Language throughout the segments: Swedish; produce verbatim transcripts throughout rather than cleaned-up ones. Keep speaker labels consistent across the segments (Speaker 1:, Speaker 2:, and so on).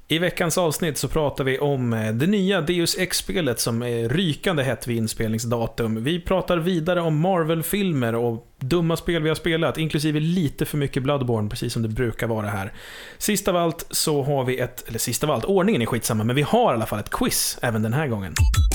Speaker 1: I veckans avsnitt så pratar vi om det nya Deus Ex-spelet som är rykande hett vid inspelningsdatum. Vi pratar vidare om Marvel-filmer och dumma spel vi har spelat, inklusive lite för mycket Bloodborne, precis som det brukar vara här. Sist av allt så har vi ett, eller sist av allt, ordningen är skitsamma, men vi har i alla fall ett quiz även den här gången.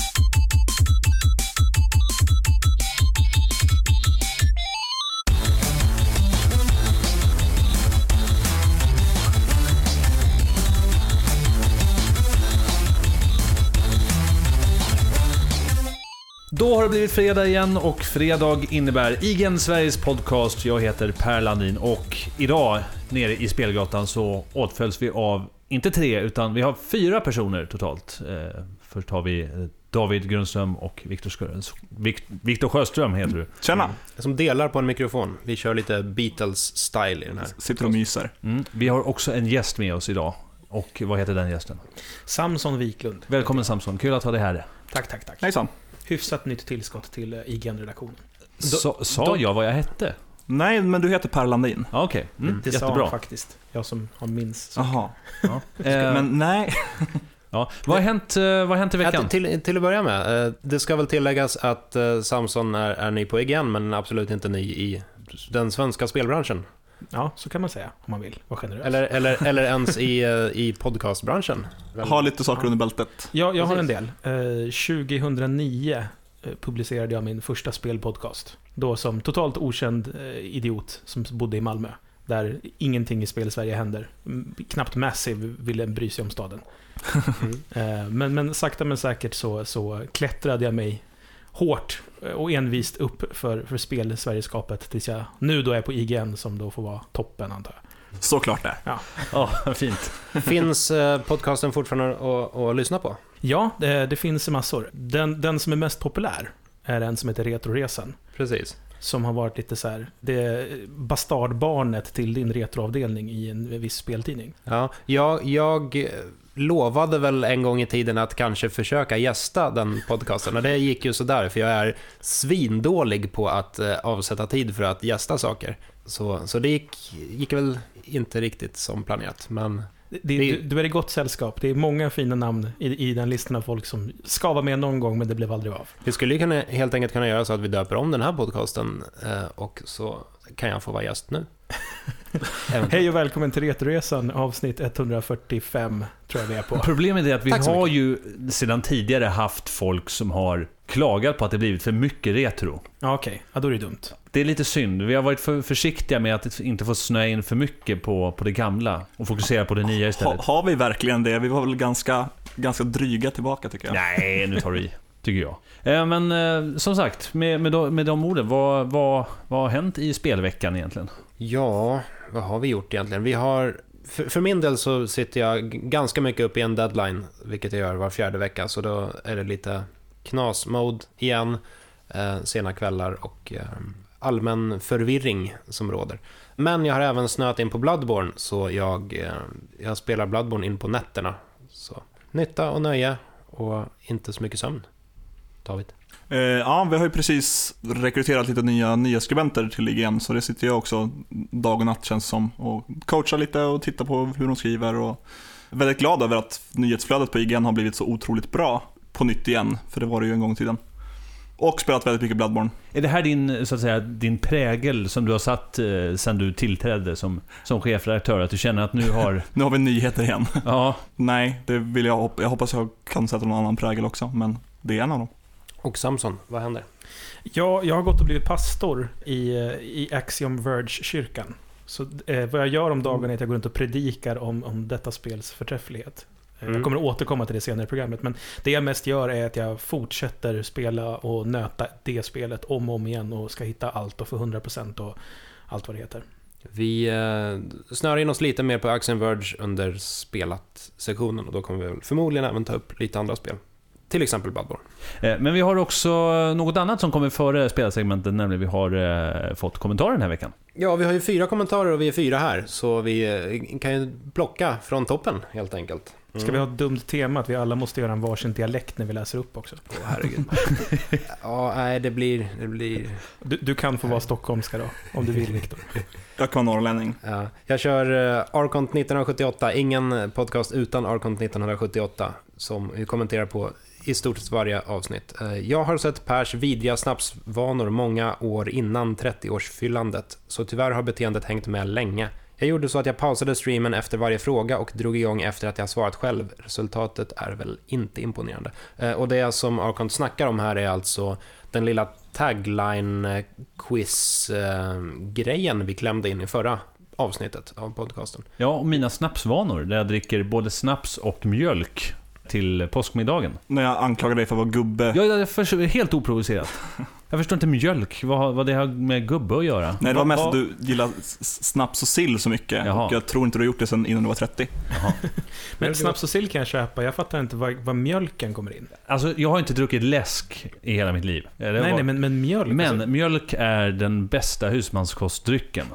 Speaker 2: Då har det blivit fredag igen och fredag innebär I G N Sveriges podcast. Jag heter Per Landin och idag nere i Spelgatan så åtföljs vi av inte tre utan vi har fyra personer totalt. Eh, först har vi David Grundström och Viktor Skö- Viktor Sjöström heter du.
Speaker 3: Tjena!
Speaker 4: Som delar på en mikrofon. Vi kör lite Beatles-style i den här.
Speaker 3: Sitter och myser.
Speaker 2: Mm. Vi har också en gäst med oss idag. Och vad heter den gästen?
Speaker 1: Samson Wiklund.
Speaker 2: Välkommen Samson, kul att ha dig här.
Speaker 1: Tack, tack, tack.
Speaker 3: Hejsan.
Speaker 1: Hyfsat nytt tillskott till I G N-redaktionen.
Speaker 2: Så, sa jag vad jag hette?
Speaker 3: Nej, men du heter Per Landin.
Speaker 2: Ja, okej. Okay. Mm,
Speaker 1: det
Speaker 2: jättebra.
Speaker 1: sa han faktiskt. Jag som har minst.
Speaker 3: Jaha.
Speaker 2: Ja.
Speaker 3: Men nej.
Speaker 2: Ja. Vad har hänt, vad har hänt i veckan?
Speaker 4: Att, till, till att börja med, det ska väl tilläggas att Samson är, är ny på I G N, men absolut inte ny i den svenska spelbranschen.
Speaker 1: Ja, så kan man säga om man vill. Vad generöst.
Speaker 4: Eller, eller, eller ens i, i podcastbranschen.
Speaker 3: Har lite saker under bältet.
Speaker 1: Ja, jag har en del. Eh, tjugohundranio eh, publicerade jag min första spelpodcast. Då som totalt okänd eh, idiot som bodde i Malmö. Där ingenting i spel i Sverige händer. M- knappt Massive ville bry sig om staden. Mm. Eh, men, men sakta men säkert så, så klättrade jag mig hårt och envist upp för, för spel Sverigeskapet tills jag nu då är på I G N som då får vara toppen antar jag.
Speaker 3: Såklart det.
Speaker 1: Ja,
Speaker 2: oh, fint.
Speaker 4: Finns eh, podcasten fortfarande att, att lyssna på?
Speaker 1: Ja, det, det finns massor. Den, den som är mest populär är en som heter Retroresan.
Speaker 4: Precis.
Speaker 1: Som har varit lite så här, det bastardbarnet till din retroavdelning i en viss speltidning.
Speaker 4: Ja, jag, jag lovade väl en gång i tiden att kanske försöka gästa den podcasten. Och det gick ju så där, för jag är svindålig på att eh, avsätta tid för att gästa saker. Så, så det gick, gick väl inte riktigt som planerat, men...
Speaker 1: Det, det, du, du är i gott sällskap. Det är många fina namn i, i den listan av folk som ska vara med någon gång, men det blev aldrig av.
Speaker 4: Vi skulle ju kunna, helt enkelt kunna göra så att vi döper om den här podcasten eh, och så kan jag få vara gäst nu.
Speaker 1: Hej och välkommen till Retroresan, avsnitt etthundrafyrtiofem tror jag vi är på.
Speaker 2: Problemet är att vi
Speaker 4: Tack så
Speaker 2: har
Speaker 4: mycket.
Speaker 2: ju sedan tidigare haft folk som har klagat på att det blivit för mycket retro.
Speaker 1: Ja, okej. Okay. Ja, då är det dumt.
Speaker 2: Det är lite synd. Vi har varit för försiktiga med att inte få snöa in för mycket på, på det gamla och fokusera på det nya istället.
Speaker 3: Ha, har vi verkligen det? Vi var väl ganska, ganska dryga tillbaka tycker jag.
Speaker 2: Nej, nu tar du i, tycker jag. Eh, men eh, som sagt, med, med, de, med de orden, vad, vad, vad har hänt i spelveckan egentligen?
Speaker 4: Ja, vad har vi gjort egentligen? Vi har, för, för min del så sitter jag ganska mycket upp i en deadline, vilket jag gör var fjärde vecka, så då är det lite knas-mode igen, eh, sena kvällar och eh, allmän förvirring som råder. Men jag har även snöat in på Bloodborne, så jag, eh, jag spelar Bloodborne in på nätterna. Så nytta och nöje och inte så mycket sömn. David?
Speaker 3: Eh, ja, vi har ju precis rekryterat lite nya, nya skribenter till I G N, så det sitter jag också dag och natt känns som och coachar lite och tittar på hur de skriver och är väldigt glad över att nyhetsflödet på I G N har blivit så otroligt bra på nytt igen, för det var det ju en gång i tiden. Och spelat väldigt mycket Bloodborne.
Speaker 2: Är det här din, så att säga, din prägel som du har satt eh, sen du tillträdde som, som chefredaktör? Att du känner att nu har...
Speaker 3: nu har vi nyheter igen.
Speaker 2: Ja.
Speaker 3: Nej, det vill jag, hoppa, jag hoppas jag kan sätta någon annan prägel också, men det är en av dem.
Speaker 4: Och Samson, vad händer?
Speaker 1: Ja, jag har gått och blivit pastor i, i Axiom Verge-kyrkan. Så eh, vad jag gör om dagen är att jag går runt och predikar om, om detta spels förträfflighet. Mm. Jag kommer att återkomma till det senare i programmet, men det jag mest gör är att jag fortsätter spela och nöta det spelet om och om igen och ska hitta allt och få hundra procent och allt vad det heter.
Speaker 4: Vi eh, snör in oss lite mer på Axiom Verge under spelat-sektionen och då kommer vi väl förmodligen även ta upp lite andra spel. Till exempel Bloodborne.
Speaker 2: Men vi har också något annat som kommer före spelsegmentet, nämligen vi har eh, fått kommentarer den här veckan.
Speaker 4: Ja, vi har ju fyra kommentarer och vi är fyra här. Så vi kan ju plocka från toppen helt enkelt.
Speaker 1: Mm. Ska vi ha ett dumt tema att vi alla måste göra en varsin dialekt när vi läser upp också?
Speaker 4: Åh, herregud. Ja, nej, det blir... Det blir...
Speaker 1: Du, du kan få vara stockholmska då, om du vill, Viktor.
Speaker 3: Jag kan vara norrlänning.
Speaker 4: Ja, jag kör uh, Archont nittonhundrasjuttioåtta. Ingen podcast utan Archont nittonhundrasjuttioåtta som vi kommenterar på i stort sett varje avsnitt. Uh, jag har sett Pers vidriga snapsvanor många år innan trettio-årsfyllandet, så tyvärr har beteendet hängt med länge. Jag gjorde så att jag pausade streamen efter varje fråga och drog igång efter att jag svarat själv. Resultatet är väl inte imponerande. Uh, och det som Archont snackar om här är alltså den lilla tagline-quiz-grejen vi klämde in i förra avsnittet av podcasten.
Speaker 2: Ja, och mina snapsvanor där jag dricker både snaps och mjölk till påskmiddagen.
Speaker 3: När jag anklagar dig för att vara gubbe.
Speaker 2: Ja, det är helt oprovocerat. Jag förstår inte mjölk, vad, vad det har med gubbe att göra.
Speaker 3: Nej, det var mest att du gillar snaps och sill så mycket. Jaha. Och jag tror inte du har gjort det sen innan du var trettio.
Speaker 1: Men snaps och sill kan jag köpa. Jag fattar inte var, var mjölken kommer in.
Speaker 2: Alltså, jag har inte druckit läsk i hela mitt liv. Det
Speaker 1: nej, var... nej, men, men mjölk.
Speaker 2: Men
Speaker 1: alltså...
Speaker 2: mjölk är den bästa husmanskostdrycken.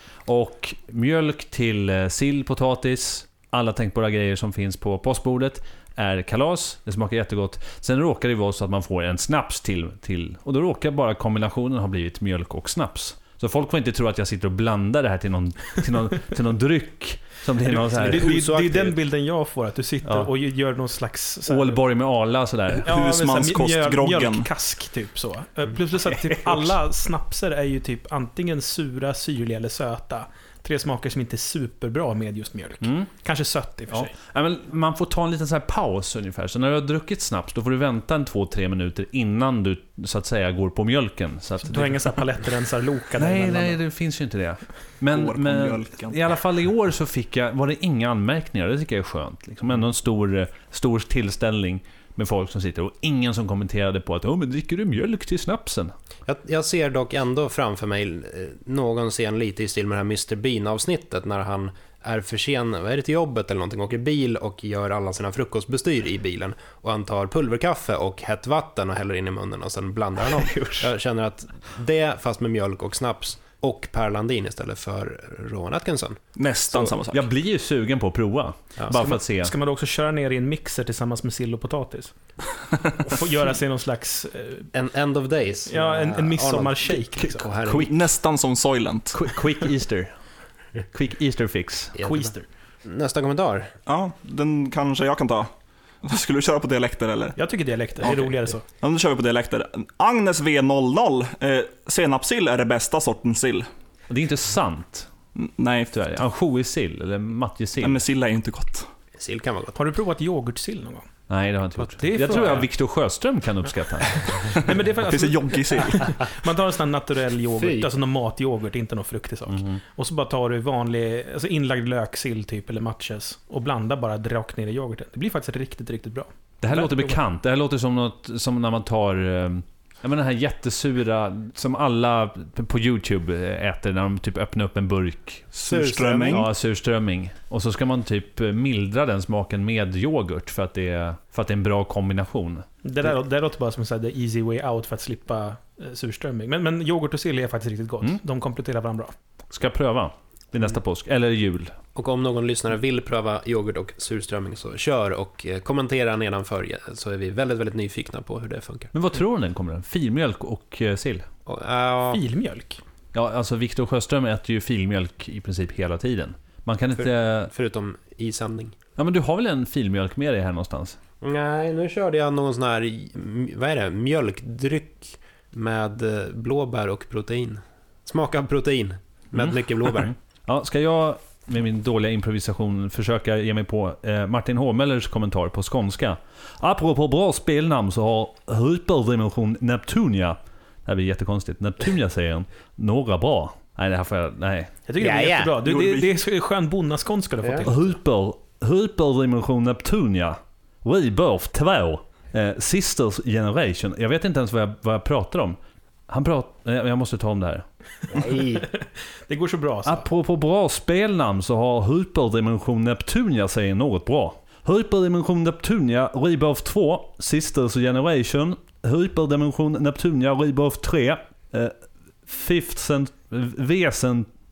Speaker 2: Och mjölk till sill, potatis, alla tänkbara grejer som finns på postbordet är kalas, det smakar jättegott. Sen råkar det vara så att man får en snaps till, till och då råkar bara kombinationen ha blivit mjölk och snaps. Så folk får inte tro att jag sitter och blandar det här till någon, till någon, till någon dryck som det är någon så här.
Speaker 1: Det, det, det, det är den bilden jag får, att du sitter ja. och gör någon slags
Speaker 2: Ålborg med ala sådär.
Speaker 1: Ja,
Speaker 3: husmanskostgroggen.
Speaker 1: Mjölkkask typ så. Plus att typ alla snapser är ju typ antingen sura, syrliga eller söta. Tre smaker som inte är superbra med just mjölk. Mm. Kanske sött i och för
Speaker 2: ja.
Speaker 1: sig.
Speaker 2: Ja, men man får ta en liten så här paus ungefär. Så när du har druckit snaps, då får du vänta en två, tre minuter innan du så att säga går på mjölken. Så att
Speaker 1: så du har inga så här palettrensar-loka där.
Speaker 2: Nej, nej, det finns ju inte det. Men, men i alla fall i år så fick jag, var det inga anmärkningar. Det tycker jag är skönt. Liksom ändå en stor, stor tillställning med folk som sitter och ingen som kommenterade på att åh, men dricker du mjölk till snapsen?
Speaker 4: Jag, jag ser dock ändå framför mig någon scen lite i stil med det här mister Bean-avsnittet när han är för sen, vad är det, till jobbet eller någonting, åker bil och gör alla sina frukostbestyr i bilen och han tar pulverkaffe och hett vatten och häller in i munnen och sen blandar han om. Jag känner att det, fast med mjölk och snaps och Per Landin istället för Rowan Atkinson.
Speaker 3: Nästan
Speaker 4: så,
Speaker 3: samma sak.
Speaker 2: Jag blir ju sugen på att prova. Ja. Bara för att se.
Speaker 1: Ska man då också köra ner i en mixer tillsammans med sill och potatis? Och få göra sig någon slags... Eh,
Speaker 4: en end of days.
Speaker 1: Ja, en, en midsommar-shake. Liksom.
Speaker 3: Quick, nästan som Soylent.
Speaker 2: Quick, quick Easter. Quick Easter fix.
Speaker 1: Quister.
Speaker 4: Nästa kommentar.
Speaker 3: Ja, den kanske jag kan ta. Skulle du köra på dialekter eller?
Speaker 1: Jag tycker dialekter, det är
Speaker 3: okay.
Speaker 1: roligare så.
Speaker 3: Ja, nu kör vi på dialekter. Agnes V noll noll. Eh, senapssill är det bästa sorten sill.
Speaker 2: Det är inte sant.
Speaker 3: N- nej,
Speaker 2: tyvärr. Ansjoisill eller matjessill.
Speaker 3: Nej, men sill är inte gott.
Speaker 4: Sill kan vara gott.
Speaker 1: Har du provat yoghurtsill någon gång?
Speaker 2: Nej, det har jag inte gjort.
Speaker 1: Jag
Speaker 2: tror jag Viktor Sjöström kan uppskatta.
Speaker 1: Nej, men det är för,
Speaker 3: alltså, finns det sill.
Speaker 1: Man tar en sån här naturell yoghurt, alltså någon matyoghurt, inte någon fruktig sak. Mm. Och så bara tar du vanlig, alltså inlagd löksill typ, eller matches, och blandar bara rakt ner i yoghurten. Det blir faktiskt riktigt, riktigt bra.
Speaker 2: Det här låter bekant. Det här låter som något, som när man tar... Jag menar, den här jättesura som alla på YouTube äter när de typ öppnar upp en burk
Speaker 3: surströmming.
Speaker 2: Ja, surströmming. Och så ska man typ mildra den smaken med yoghurt för att det är, för att det är en bra kombination. Det
Speaker 1: där, det låter bara som så här, the easy way out för att slippa eh, surströmming. Men, men yoghurt och sill är faktiskt riktigt gott. Mm. De kompletterar varandra bra.
Speaker 2: Ska jag pröva vid nästa påsk, eller jul.
Speaker 4: Och om någon lyssnare vill pröva yoghurt och surströmming så kör och kommentera nedanför, så är vi väldigt, väldigt nyfikna på hur det funkar.
Speaker 2: Men vad tror du den kommer? Filmjölk och uh, sill?
Speaker 4: Och, uh...
Speaker 1: Filmjölk?
Speaker 2: Ja, alltså Viktor Sjöström äter ju filmjölk i princip hela tiden. Man kan inte...
Speaker 4: För, förutom i sändning.
Speaker 2: Ja, men du har väl en filmjölk med dig här någonstans?
Speaker 4: Nej, nu körde jag någon sån här, vad är det? Mjölkdryck med blåbär och protein. Smak av protein med mm. mycket blåbär.
Speaker 2: Ja, ska jag med min dåliga improvisation försöka ge mig på eh, Martin Håmellers kommentar på skånska. Apropå bra spelnamn så har Hyperdimension Neptunia, det här blir jättekonstigt, Neptunia-serien, några bra. Nej, det här får jag, nej.
Speaker 1: Jag tycker det är ja, jättebra. Du, det, det är skön bonnaskånska du har fått
Speaker 2: till. Hyper, Hyperdimension Neptunia, Rebirth två, eh, Sisters Generation. Jag vet inte ens vad jag, vad jag pratar om. Han pratar, jag måste ta om det här.
Speaker 1: Nej. Det går så bra så.
Speaker 2: Apropå bra spelnamn så har Hyperdimension Neptunia säger något bra. Hyperdimension Neptunia Rebirth två, Sisters Generation, Hyperdimension Neptunia Rebirth tre, eh, Fifth cent- Väsen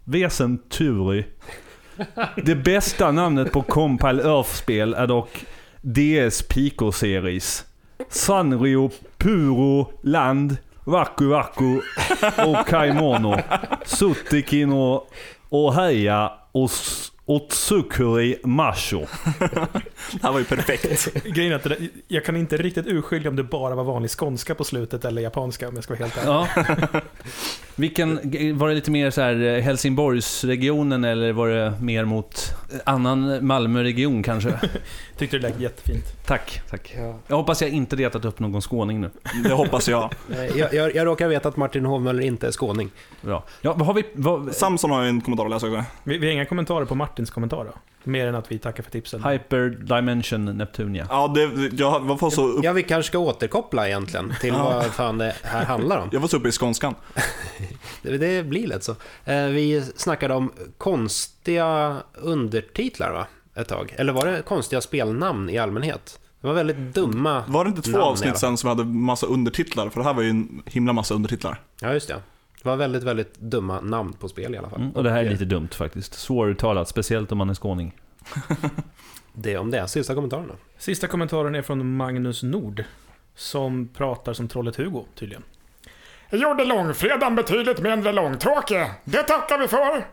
Speaker 2: Vesenturi. Det bästa namnet på Compile Earth-spel är dock D S Pico Series. Sanrio, Puro, Land, Waku Waku och Kaimono, Sutikino och Heia och Otsukuri Masho.
Speaker 3: Det här var ju perfekt.
Speaker 1: Grejen är att det där, jag kan inte riktigt urskilja om det bara var vanlig skånska på slutet eller japanska, om jag ska vara helt ärlig.
Speaker 2: Ja. Vilken, var det lite mer så här Helsingborgsregionen eller var det mer mot annan Malmöregion kanske?
Speaker 1: Tyckte det lät jättefint.
Speaker 2: Tack, tack.
Speaker 4: Ja.
Speaker 2: Jag hoppas jag inte retat upp någon skåning nu.
Speaker 3: Det hoppas jag.
Speaker 4: Jag, jag, jag råkar veta att Martin Hovmöller inte är skåning.
Speaker 2: Bra. Ja, vad har vi... Vad,
Speaker 3: Samson har ju en kommentar att läsa också.
Speaker 1: Vi, vi har inga kommentarer på Martins kommentar då? Mer än att vi tackar för tipsen.
Speaker 2: Hyper Dimension Neptunia.
Speaker 3: Ja, det, jag var för så upp,
Speaker 4: Ja, vi kanske ska återkoppla egentligen till
Speaker 3: Ja.
Speaker 4: vad fan det här handlar om.
Speaker 3: jag var så uppe i skånskan.
Speaker 4: Det, det blir lätt så. Eh, Vi snackade om konstiga undertitlar, va? Ett tag. Eller var det konstiga spelnamn i allmänhet? Det var väldigt dumma.
Speaker 3: Var det inte två
Speaker 4: namn i alla
Speaker 3: avsnitt
Speaker 4: fall.
Speaker 3: sen som hade massa undertitlar? För det här var ju en himla massa undertitlar.
Speaker 4: Ja, just det. Det var väldigt, väldigt dumma namn på spel i alla fall.
Speaker 2: Mm, och det här är lite dumt faktiskt. Svåruttalat, speciellt om man är skåning.
Speaker 4: Det om det. Sista kommentaren då.
Speaker 1: Sista kommentaren är från Magnus Nord, som pratar som trollet Hugo, tydligen.
Speaker 5: Jag gjorde långfredagen betydligt mindre långtråkig. Det tackar vi för.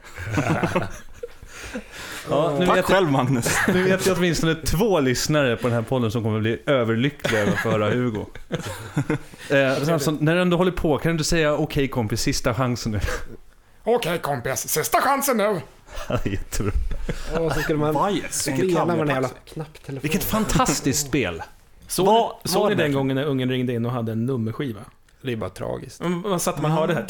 Speaker 2: Ja, nu
Speaker 3: Tack
Speaker 2: vet,
Speaker 3: själv, Magnus.
Speaker 2: nu vet jag åtminstone två lyssnare på den här podden som kommer bli överlyckliga över att få höra Hugo. eh, alltså, när du ändå håller på, kan du inte säga okej okay, kompis, sista chansen nu?
Speaker 5: Okej kompis, sista chansen nu.
Speaker 2: Ja, jättebra.
Speaker 4: Och så skulle man
Speaker 3: Bias.
Speaker 4: spela med den jävla knapptelefonen.
Speaker 2: Vilket fantastiskt spel.
Speaker 1: Så
Speaker 3: Vad-
Speaker 1: såg
Speaker 3: vad
Speaker 1: ni
Speaker 3: är det?
Speaker 1: den gången när ungen ringde in och hade en nummerskiva?
Speaker 4: Det är bara tragiskt.
Speaker 1: Man satt och man hörde det här.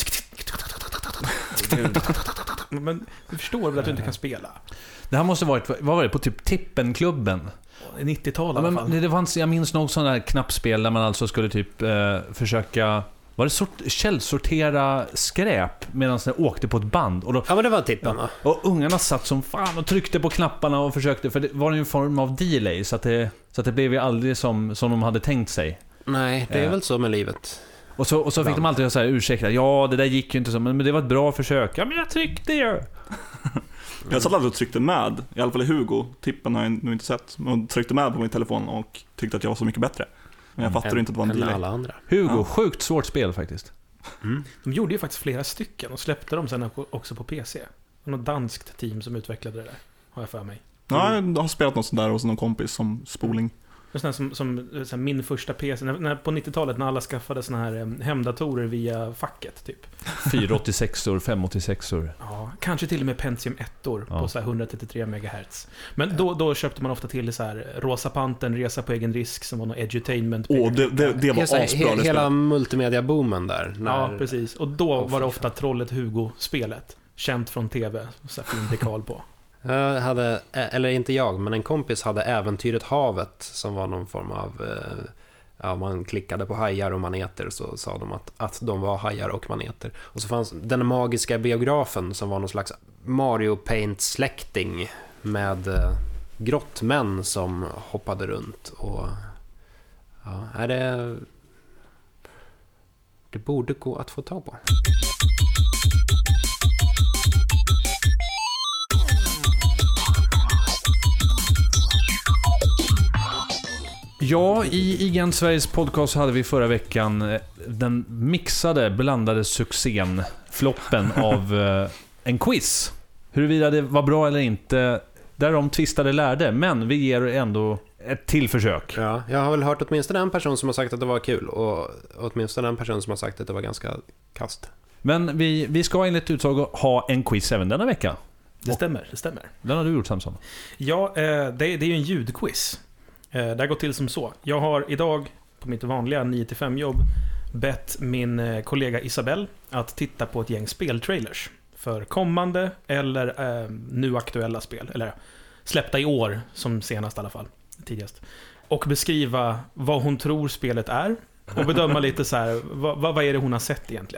Speaker 1: Men du förstår väl att du inte kan spela?
Speaker 2: Det här måste varit, vad var det, på typ Tippenklubben?
Speaker 1: nittiotal i
Speaker 2: Ja,
Speaker 1: alla
Speaker 2: men
Speaker 1: fall.
Speaker 2: det, det fanns, jag minns nog sådana här knappspel där man alltså skulle typ eh, försöka, var det sort, källsortera skräp medan den åkte på ett band och, då,
Speaker 4: Ja, men det var tippen, va?
Speaker 2: och ungarna satt som fan och tryckte på knapparna och försökte, för det var en form av delay så att det, så att det blev ju aldrig som, som de hade tänkt sig.
Speaker 4: Nej, det är
Speaker 2: Ja.
Speaker 4: väl så med livet.
Speaker 2: Och så, och så fick de alltid så här ursäkta, ja det där gick ju inte så, men, men det var ett bra försök. Ja men jag tryckte ju.
Speaker 3: Jag satt alltid och tryckte med, i alla fall i Hugo. Tippen har jag nog inte sett. Men jag tryckte med på min telefon och tyckte att jag var så mycket bättre. Men jag fattade
Speaker 4: Än-
Speaker 3: inte att det var en
Speaker 4: än
Speaker 3: delay.
Speaker 4: alla andra.
Speaker 2: Hugo,
Speaker 3: Ja.
Speaker 2: sjukt svårt spel faktiskt.
Speaker 4: Mm.
Speaker 1: De gjorde ju faktiskt flera stycken och släppte dem sen också på P C. Det var något danskt team som utvecklade det där, har jag för mig.
Speaker 3: Ja, jag har spelat något sånt där hos någon kompis som spoling.
Speaker 1: Det är sån här som, som så här, min första P C, när, när, på nittiotalet när alla skaffade såna här em, hemdatorer via facket typ.
Speaker 2: fyraåttiosex-or, femhundraåttiosex-or.
Speaker 1: Ja, kanske till och med Pentium ett-or
Speaker 2: Ja.
Speaker 1: på så här hundratrettiotre megahertz. Men då, då köpte man ofta till så här Rosa Pantern, Resa på egen risk, som var något edutainment.
Speaker 3: Åh, det, det, det var
Speaker 4: He- så här,
Speaker 3: asbra
Speaker 4: he-
Speaker 3: det
Speaker 4: Hela
Speaker 3: spelet.
Speaker 4: multimedia-boomen där. När...
Speaker 1: Ja, precis. Och då
Speaker 4: Åh,
Speaker 1: var det
Speaker 4: fy
Speaker 1: ofta Trollet Hugo-spelet. Känt från tv, så här fin dekal på.
Speaker 4: Jag hade, eller inte jag, men en kompis hade Äventyret Havet som var någon form av... eh, Ja, man klickade på hajar och maneter så sa de att, att de var hajar och maneter. Och så fanns den magiska biografen som var någon slags Mario Paint-släkting med eh, grottmän som hoppade runt. Och ja, är det... Det borde gå att få tag på.
Speaker 2: Ja, i I G N Sveriges podcast hade vi förra veckan eh, den mixade, blandade succén, floppen av eh, en quiz. Huruvida det var bra eller inte, där de tvistade lärde, men vi ger ändå ett till försök.
Speaker 4: Ja, jag har väl hört åtminstone en person som har sagt att det var kul och åtminstone en person som har sagt att det var ganska kast.
Speaker 2: Men vi, vi ska enligt utsago ha en quiz även denna vecka.
Speaker 1: Det stämmer, det stämmer.
Speaker 2: Den har du gjort, Samson.
Speaker 1: Ja, eh, det, det är ju en ljudquiz. Eh, det har gått till som så. Jag har idag, på mitt vanliga nio till fem jobb, bett min eh, kollega Isabelle att titta på ett gäng speltrailers. För kommande eller eh, nu aktuella spel. Eller släppta i år, som senast i alla fall. Tidigast. Och beskriva vad hon tror spelet är. Och bedöma lite så här, vad, vad är det hon har sett egentligen.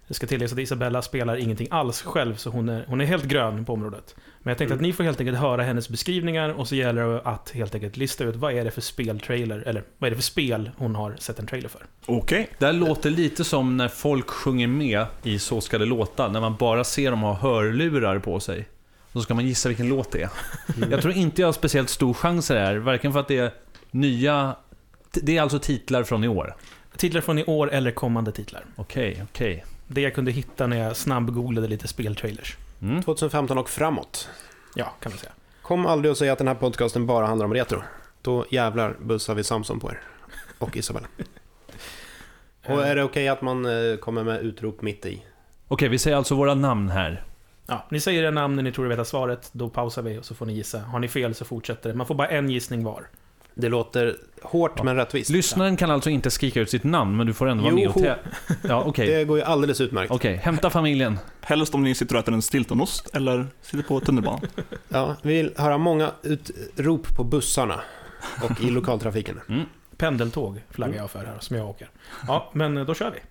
Speaker 1: Det ska tilläggas att Isabella spelar ingenting alls själv, så hon är, hon är helt grön på området. Men jag tänkte mm. att ni får helt enkelt höra hennes beskrivningar, och så gäller det att helt enkelt lista ut vad är det för speltrailer, eller vad är det för spel hon har sett en trailer för.
Speaker 3: Okej. Okay.
Speaker 2: Det här låter lite som när folk sjunger med i Så ska det låta, när man bara ser dem ha hörlurar på sig. Så ska man gissa vilken låt det är. Mm. Jag tror inte jag har speciellt stor chans här, varken för att det är nya... Det är alltså titlar från i år.
Speaker 1: Titlar från i år eller kommande titlar.
Speaker 2: Okej, okay, okej. Okay.
Speaker 1: Det jag kunde hitta när jag snabbgooglade lite speltrailers.
Speaker 4: Mm. tjugohundrafemton och framåt.
Speaker 1: Ja, kan man säga.
Speaker 4: Kom aldrig att säga att den här podcasten bara handlar om retro. Då jävlar bussar vi Samson på er. Och Isabella. Och är det okej okay att man kommer med utrop mitt i?
Speaker 2: Okej, okay, vi säger alltså våra namn här.
Speaker 1: Ja, ni säger era namn när ni tror ni vet svaret. Då pausar vi och så får ni gissa. Har ni fel så fortsätter det. Man får bara en gissning var.
Speaker 4: Det låter hårt ja. men rättvist.
Speaker 2: Lyssnaren kan alltså inte skrika ut sitt namn, men du får ändå vara med och te- ja, okay.
Speaker 4: Det går ju alldeles utmärkt.
Speaker 2: Okej, okay. Hämta familjen.
Speaker 3: Helst om ni sitter och äter en Stiltonost eller sitter på tunnelbanan.
Speaker 4: Ja, vi vill höra många utrop på bussarna och i lokaltrafiken.
Speaker 1: Mm. Pendeltåg flaggar jag för här som jag åker. Ja, men då kör vi.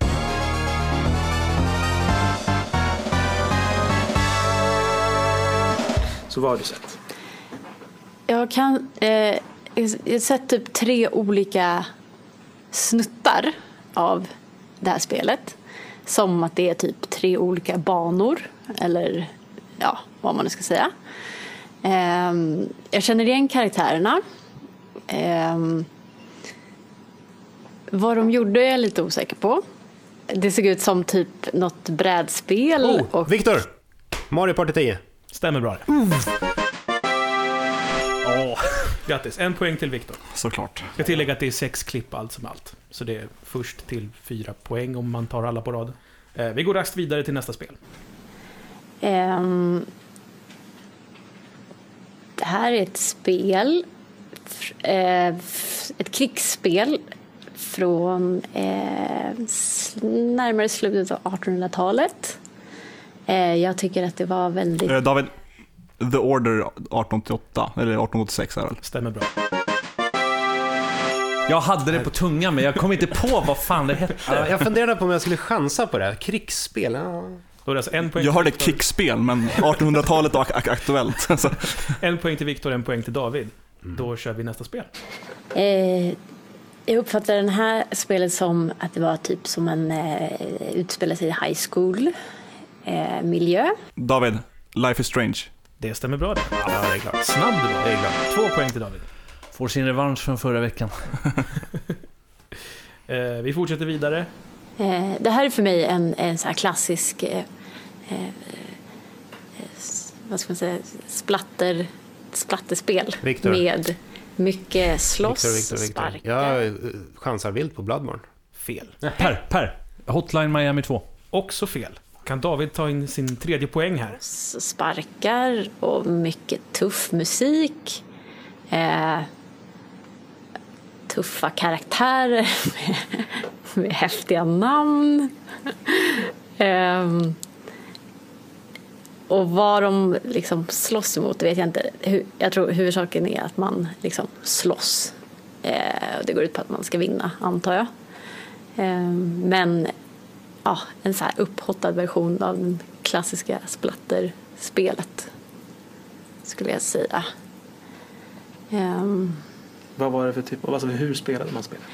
Speaker 1: Så vad har du sett?
Speaker 6: Jag kan... Eh... Jag har sett typ tre olika snuttar av det här spelet. Som att det är typ tre olika banor. Eller ja, vad man nu ska säga. Um, jag känner igen karaktärerna. Um, vad de gjorde är jag lite osäker på. Det såg ut som typ något brädspel.
Speaker 4: Oh,
Speaker 6: och...
Speaker 4: Victor! Mario Party tio.
Speaker 1: Stämmer bra det. Mm. Oh. Grattis, en poäng till Victor.
Speaker 3: Såklart.
Speaker 1: Jag ska tillägga att det är sex klipp allt som allt. Så det är först till fyra poäng om man tar alla på rad. Eh, vi går raskt vidare till nästa spel.
Speaker 6: Um, det här är ett spel, eh, ett krigsspel från eh, närmare slutet av artonhundratalet. Eh, jag tycker att det var väldigt...
Speaker 3: Eh, David... The Order arton åttioåtta eller arton åttiosex är väl.
Speaker 1: Stämmer bra.
Speaker 2: Jag hade det på tungan men jag kom inte på vad fan det hette.
Speaker 4: Ja, jag funderade på om jag skulle chansa på det. Krigsspel. Ja.
Speaker 1: Då är det alltså en poäng.
Speaker 3: Jag hörde kickspel men artonhundratalet är ak- aktuellt.
Speaker 1: En poäng till Victor, en poäng till David. Mm. Då kör vi nästa spel.
Speaker 6: Eh, jag uppfattar den här spelet som att det var typ som en eh, utspelade sig i high school eh, miljö.
Speaker 3: David, Life is Strange.
Speaker 1: Det stämmer bra det.
Speaker 4: Ja, det är klart.
Speaker 1: Snabb du var. Det är klart. Två poäng till David.
Speaker 2: Får sin revansch från förra veckan.
Speaker 1: eh, vi fortsätter vidare.
Speaker 6: Eh, det här är för mig en, en så här klassisk eh, eh, vad ska man säga, splatter, splatterspel.
Speaker 4: Victor.
Speaker 6: Med mycket slåss,
Speaker 4: Victor, Victor, Victor.
Speaker 6: sparkar.
Speaker 4: Jag chansar vilt på Bloodborne.
Speaker 1: Fel.
Speaker 2: Per, Per. Hotline Miami två.
Speaker 1: Också fel. Kan David ta in sin tredje poäng här?
Speaker 6: Sparkar och mycket tuff musik. Eh, tuffa karaktärer med, med häftiga namn. eh, och vad de liksom slåss emot, det vet jag inte. Jag tror huvudsaken är att man liksom slåss. Eh, det går ut på att man ska vinna, antar jag. Eh, men ja, en så här upphottad version av den klassiska splatterspelet skulle jag säga. Um,
Speaker 1: Vad var det för typ? Alltså, hur spelade man spelet?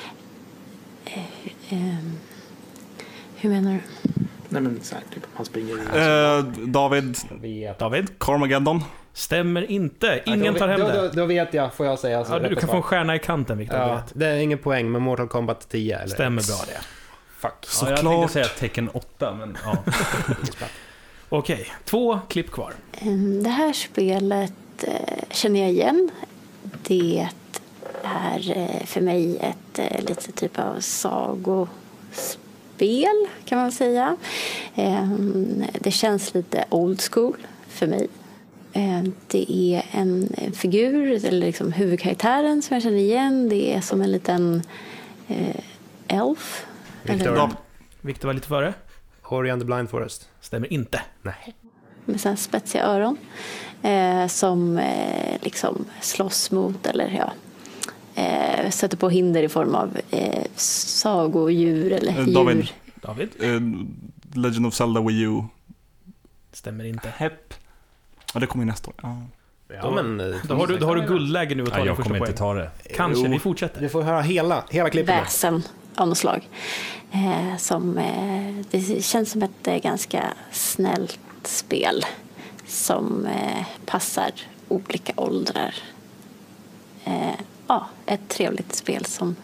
Speaker 6: Um, hur menar du?
Speaker 1: Nej men så här, typ han springer.
Speaker 3: Eh, David.
Speaker 1: David.
Speaker 3: Carmageddon.
Speaker 1: Stämmer inte. Ingen tar hem
Speaker 4: då,
Speaker 1: det.
Speaker 4: Då, då vet jag, får jag säga. Så
Speaker 1: ja, du kan få en stjärna i kanten, Victor.
Speaker 4: Ja, det är ingen poäng med Mortal Kombat tio. Eller
Speaker 1: stämmer
Speaker 4: X.
Speaker 1: bra det.
Speaker 4: Fuck.
Speaker 2: Ja, jag tänkte säga Tekken åtta, men ja.
Speaker 1: Okej, två klipp kvar.
Speaker 6: Det här spelet eh, känner jag igen. Det är eh, för mig ett eh, lite typ av sagospel kan man säga. Eh, det känns lite old school för mig. Eh, det är en, en figur, eller liksom huvudkaraktären som jag känner igen. Det är som en liten eh, elf.
Speaker 3: Victor.
Speaker 1: Victor var lite före.
Speaker 4: Ori and the Blind Forest.
Speaker 1: Stämmer inte.
Speaker 4: Nej.
Speaker 6: Med sådana spetsiga öron. Eh, som eh, liksom slåss mot eller ja, eh, sätter på hinder i form av eh, sagodjur eller
Speaker 3: David.
Speaker 6: djur.
Speaker 1: David.
Speaker 3: Eh, Legend of Zelda Wii U.
Speaker 1: Stämmer inte.
Speaker 3: Hepp. Ja, det kommer ju nästa år. Ja.
Speaker 4: Ja, men, eh,
Speaker 1: Då har du, då har du guldläge nu att ta
Speaker 2: Nej,
Speaker 1: din
Speaker 2: jag
Speaker 1: första
Speaker 2: kommer
Speaker 1: poäng.
Speaker 2: inte ta det.
Speaker 1: Kanske,
Speaker 4: Jo.
Speaker 1: vi fortsätter.
Speaker 4: Du får höra hela, hela klippet.
Speaker 6: Väsen av något slag. Eh, som, eh, det känns som ett eh, ganska snällt spel som eh, passar olika åldrar. Eh, ja, ett trevligt spel som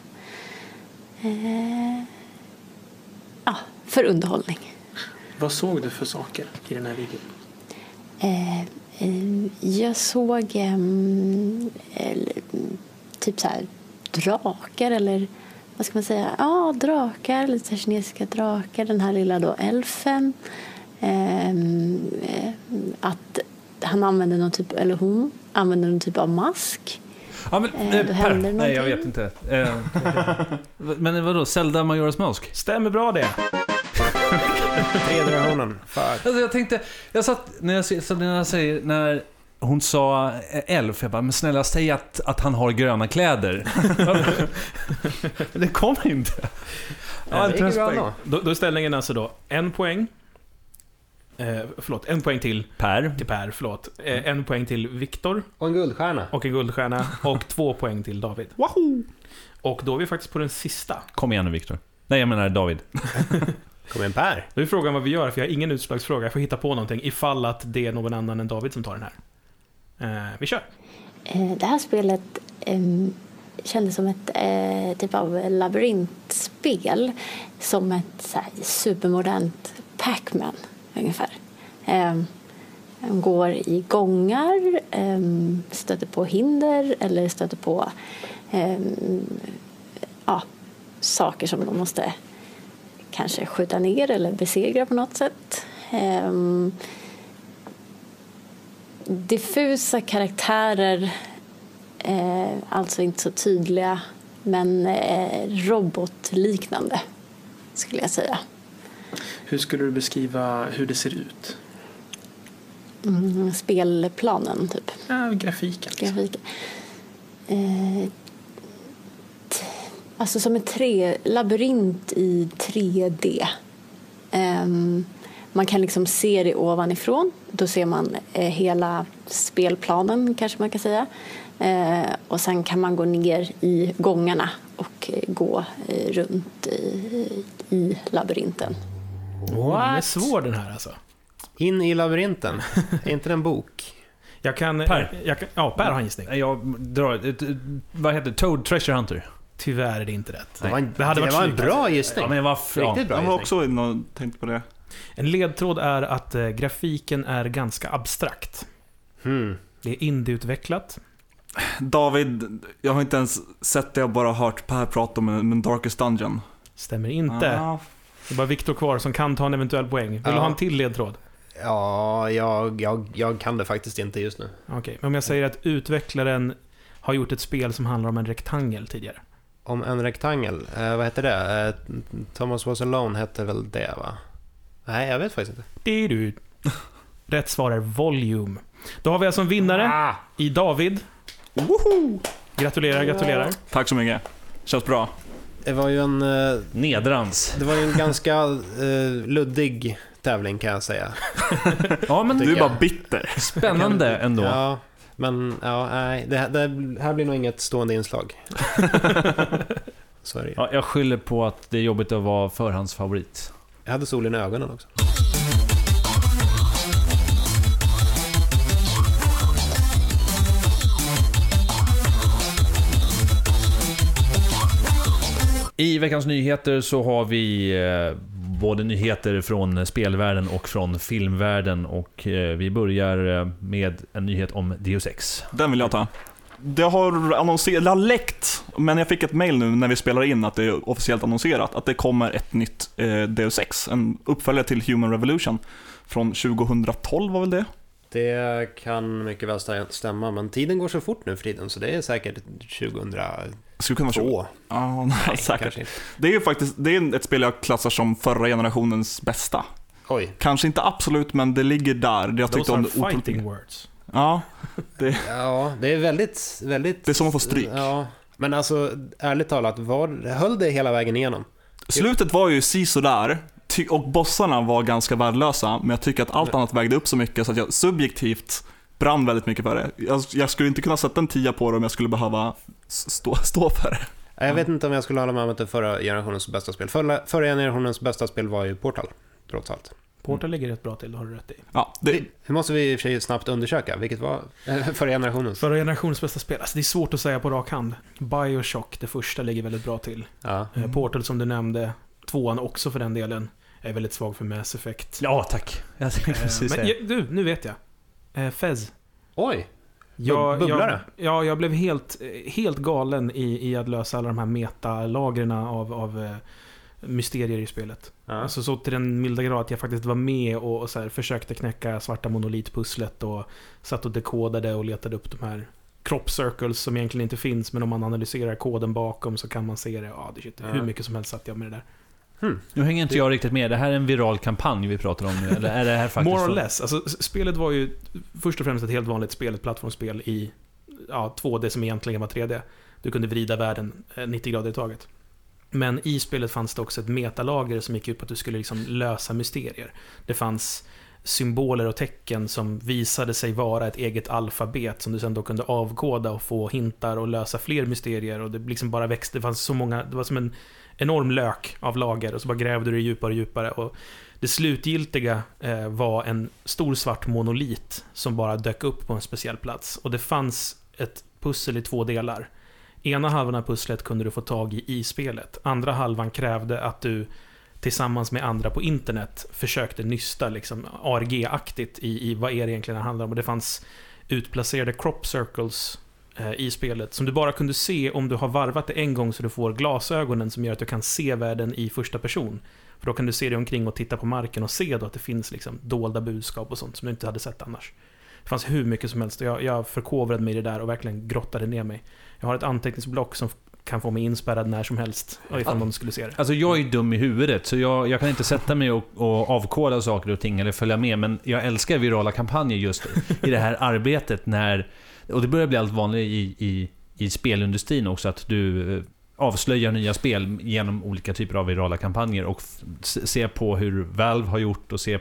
Speaker 6: eh, ja, för underhållning.
Speaker 1: Vad såg du för saker i den här videon?
Speaker 6: Eh, eh, jag såg eh, eh, typ så här drakar eller vad ska man säga? Ja, drakar, lite så här kinesiska drakar. Den här lilla då elfen. Eh, eh, att han använder någon typ, eller hon använder någon typ av mask.
Speaker 2: Ja, men,
Speaker 6: Eh,
Speaker 2: eh,
Speaker 6: då
Speaker 2: per.
Speaker 6: händer
Speaker 2: Nej, jag
Speaker 6: någonting.
Speaker 2: vet inte. Eh, men vadå? Zelda Majora's Mask?
Speaker 1: Stämmer bra det.
Speaker 4: Tredje versionen. Fuck.
Speaker 2: Alltså jag tänkte, jag satt, när jag, så när jag säger, när hon sa elf, jag bara, men snälla säg att, att han har gröna kläder. Men det kommer inte.
Speaker 4: Ja, det gick bra då.
Speaker 1: Då, då är ställningen alltså då en poäng. Eh, förlåt, en poäng till,
Speaker 2: Per.
Speaker 1: till Per, förlåt. Eh, en poäng till Viktor
Speaker 4: Och en guldstjärna.
Speaker 1: och en guldstjärna. Och två poäng till David.
Speaker 3: Wahoo!
Speaker 1: Och då är vi faktiskt på den sista.
Speaker 2: Kom igen nu, Viktor. Nej, jag menar David.
Speaker 4: Kom igen, Per.
Speaker 1: Då är frågan vad vi gör, för jag har ingen utslagsfråga. Jag får hitta på någonting ifall att det är någon annan än David som tar den här. Eh, vi kör.
Speaker 6: Eh, det här spelet eh, kändes som ett eh, typ av labyrintspel. Som ett så här, supermodernt Pac-Man ungefär. Eh, man går i gångar, eh, stöter på hinder eller stöter på eh, ja, saker som de måste kanske skjuta ner eller besegra på något sätt. Eh, diffusa karaktärer, eh, alltså inte så tydliga, men eh, robotliknande skulle jag säga.
Speaker 1: Hur skulle du beskriva hur det ser ut?
Speaker 6: Mm, spelplanen typ.
Speaker 1: Ja, grafiken.
Speaker 6: Grafiken. Eh, t- alltså som en tre, labyrint i tre D. Ehm, man kan liksom se det ovanifrån. Då ser man eh, hela spelplanen kanske man kan säga. Eh, och sen kan man gå ner i gångarna och eh, gå eh, runt i, i labyrinten.
Speaker 1: Oh, den är svår den här alltså.
Speaker 4: In i labyrinten. Är inte det en bok?
Speaker 1: Jag kan...
Speaker 2: Per.
Speaker 1: Jag kan ja, Per har en gissning.
Speaker 2: Jag drar ett, ett, vad heter det? Toad Treasure Hunter.
Speaker 1: Tyvärr är det inte rätt.
Speaker 4: Det var en,
Speaker 1: Det hade varit
Speaker 4: var en
Speaker 1: snyggt.
Speaker 4: bra gissning.
Speaker 2: Ja, men varför? Ja.
Speaker 4: Riktigt bra
Speaker 3: Jag var
Speaker 4: gissning.
Speaker 3: också inne och tänkte på det.
Speaker 1: En ledtråd är att eh, grafiken är ganska abstrakt.
Speaker 4: Hmm.
Speaker 1: Det är indieutvecklat.
Speaker 3: David, jag har inte ens sett det, jag har bara hört Per prata om en, en Darkest Dungeon.
Speaker 1: Stämmer inte.
Speaker 3: Ah,
Speaker 1: Det är bara Viktor kvar som kan ta en eventuell poäng. Vill
Speaker 4: Ja.
Speaker 1: du ha en till ledtråd?
Speaker 4: Ja, jag, jag, jag kan det faktiskt inte just nu.
Speaker 1: Okej, men om jag säger att utvecklaren har gjort ett spel som handlar om en rektangel tidigare.
Speaker 4: Om en rektangel, eh, vad heter det? Eh, Thomas Was Alone hette väl det, va? Nej, jag vet faktiskt inte.
Speaker 1: Det är du. Rätt svar är Volume. Då har vi alltså en vinnare
Speaker 4: Ah!
Speaker 1: i David.
Speaker 3: woho!
Speaker 1: Gratulerar, gratulerar.
Speaker 3: Tack så mycket. Känns bra.
Speaker 4: Det var ju en, eh,
Speaker 2: Nedrans.
Speaker 4: det var ju en ganska eh, luddig tävling kan jag säga.
Speaker 2: Ja, men
Speaker 3: Du är
Speaker 4: Tycker
Speaker 3: bara
Speaker 4: jag.
Speaker 3: bitter.
Speaker 2: spännande ändå.
Speaker 4: Ja, men ja, nej, det, det här blir nog inget stående inslag. Så är det.
Speaker 2: Ja, jag skyller på att det är jobbigt att vara förhandsfavorit.
Speaker 4: Jag hade solen i ögonen också.
Speaker 2: I veckans nyheter så har vi eh, både nyheter från spelvärlden och från filmvärlden. Och eh, vi börjar eh, med en nyhet om Deus Ex.
Speaker 3: Den vill jag ta. Det har annonserat, det har läckt, men jag fick ett mail nu när vi spelar in att det är officiellt annonserat att det kommer ett nytt eh, Deus Ex, en uppföljare till Human Revolution från tjugohundratolv var väl det?
Speaker 4: Det kan mycket väl stämma, men tiden går så fort nu för tiden så det är säkert tjugohundratvå.
Speaker 3: Skulle kunna vara tjugo. Ja, nej, säkert.
Speaker 4: Kanske inte.
Speaker 3: Det är ju faktiskt det är ett spel jag klassar som förra generationens bästa.
Speaker 4: Oj.
Speaker 3: Kanske inte absolut, men det ligger där. Det jag tyckte
Speaker 1: Those
Speaker 3: om
Speaker 1: are
Speaker 3: det otroligt
Speaker 1: fighting
Speaker 3: mycket.
Speaker 1: words.
Speaker 3: Ja,
Speaker 4: Ja, det är väldigt, väldigt...
Speaker 3: det är som att få stryk.
Speaker 4: Ja, men alltså ärligt talat, var, höll det hela vägen igenom?
Speaker 3: Slutet var ju si sådär ty- och bossarna var ganska värdelösa, men jag tycker att allt annat vägde upp så mycket så att jag subjektivt brann väldigt mycket för det. Jag, jag skulle inte kunna sätta en tia på det om jag skulle behöva stå, stå för det.
Speaker 4: Jag vet inte om jag skulle hålla med om att det förra generationens bästa spel. Förra, förra generationens bästa spel var ju Portal, trots allt.
Speaker 1: Portal ligger rätt bra till, har du rätt i.
Speaker 3: Ja, det,
Speaker 4: Det måste vi i och för sig snabbt undersöka. Vilket var eh, förra generationens?
Speaker 1: Förra generationens bästa spel, alltså det är svårt att säga på rak hand. Bioshock, det första, ligger väldigt bra till.
Speaker 4: Ja.
Speaker 1: Mm. Portal som du nämnde, tvåan också för den delen, är väldigt svag för Mass Effect.
Speaker 2: Ja, tack. Jag tänkte
Speaker 1: Eh,
Speaker 2: precis
Speaker 1: men
Speaker 2: säga.
Speaker 1: ja, du, nu vet jag. Eh, Fez.
Speaker 4: Oj!
Speaker 1: Jag,
Speaker 4: Bubblare?
Speaker 1: jag, ja, jag blev helt, helt galen i, i att lösa alla de här metalagren av, av eh, mysterier i spelet.
Speaker 4: Ja.
Speaker 1: Alltså så till den milda grad att jag faktiskt var med och, och så här, försökte knäcka svarta monolitpusslet och satt och dekodade och letade upp de här crop circles som egentligen inte finns, men om man analyserar koden bakom så kan man se det. Ja, det shit,
Speaker 4: Ja.
Speaker 1: hur mycket som helst satt jag med det där.
Speaker 4: Hmm.
Speaker 2: Nu hänger inte jag riktigt med. Det här är en viral kampanj vi pratar om nu. Eller är det här faktiskt
Speaker 1: More or
Speaker 2: så?
Speaker 1: less. Alltså, s- spelet var ju först och främst ett helt vanligt spel, ett plattformsspel i ja, två D som egentligen var tre D. Du kunde vrida världen eh, nittio grader i taget. Men i spelet fanns det också ett metalager som gick ut på att du skulle liksom lösa mysterier. Det fanns symboler och tecken som visade sig vara ett eget alfabet som du sen då kunde avkoda och få hintar och lösa fler mysterier, och det liksom bara växte. Det fanns så många, det var som en enorm lök av lager, och så bara grävde du djupare och djupare, och det slutgiltiga eh, var en stor svart monolit som bara dök upp på en speciell plats, och det fanns ett pussel i två delar. Ena halvan av pusslet kunde du få tag i i spelet. Andra halvan krävde att du tillsammans med andra på internet försökte nysta liksom A R G-aktigt i, i vad är det egentligen det handlar om. Och det fanns utplacerade crop circles eh, i spelet som du bara kunde se om du har varvat det en gång, så du får glasögonen som gör att du kan se världen i första person. För då kan du se dig omkring och titta på marken och se då att det finns liksom dolda budskap och sånt som du inte hade sett annars. Det fanns hur mycket som helst, och jag, jag förkovrade mig i det där och verkligen grottade ner mig. Jag har ett anteckningsblock som kan få mig inspärrad när som helst ifall någon skulle se det.
Speaker 2: Alltså jag är dum i huvudet, så jag, jag kan inte sätta mig och, och avkoda saker och ting eller följa med, men jag älskar virala kampanjer just i det här arbetet när, och det börjar bli allt vanligare i, i, i spelindustrin också, att du avslöjar nya spel genom olika typer av virala kampanjer och se på hur Valve har gjort och se,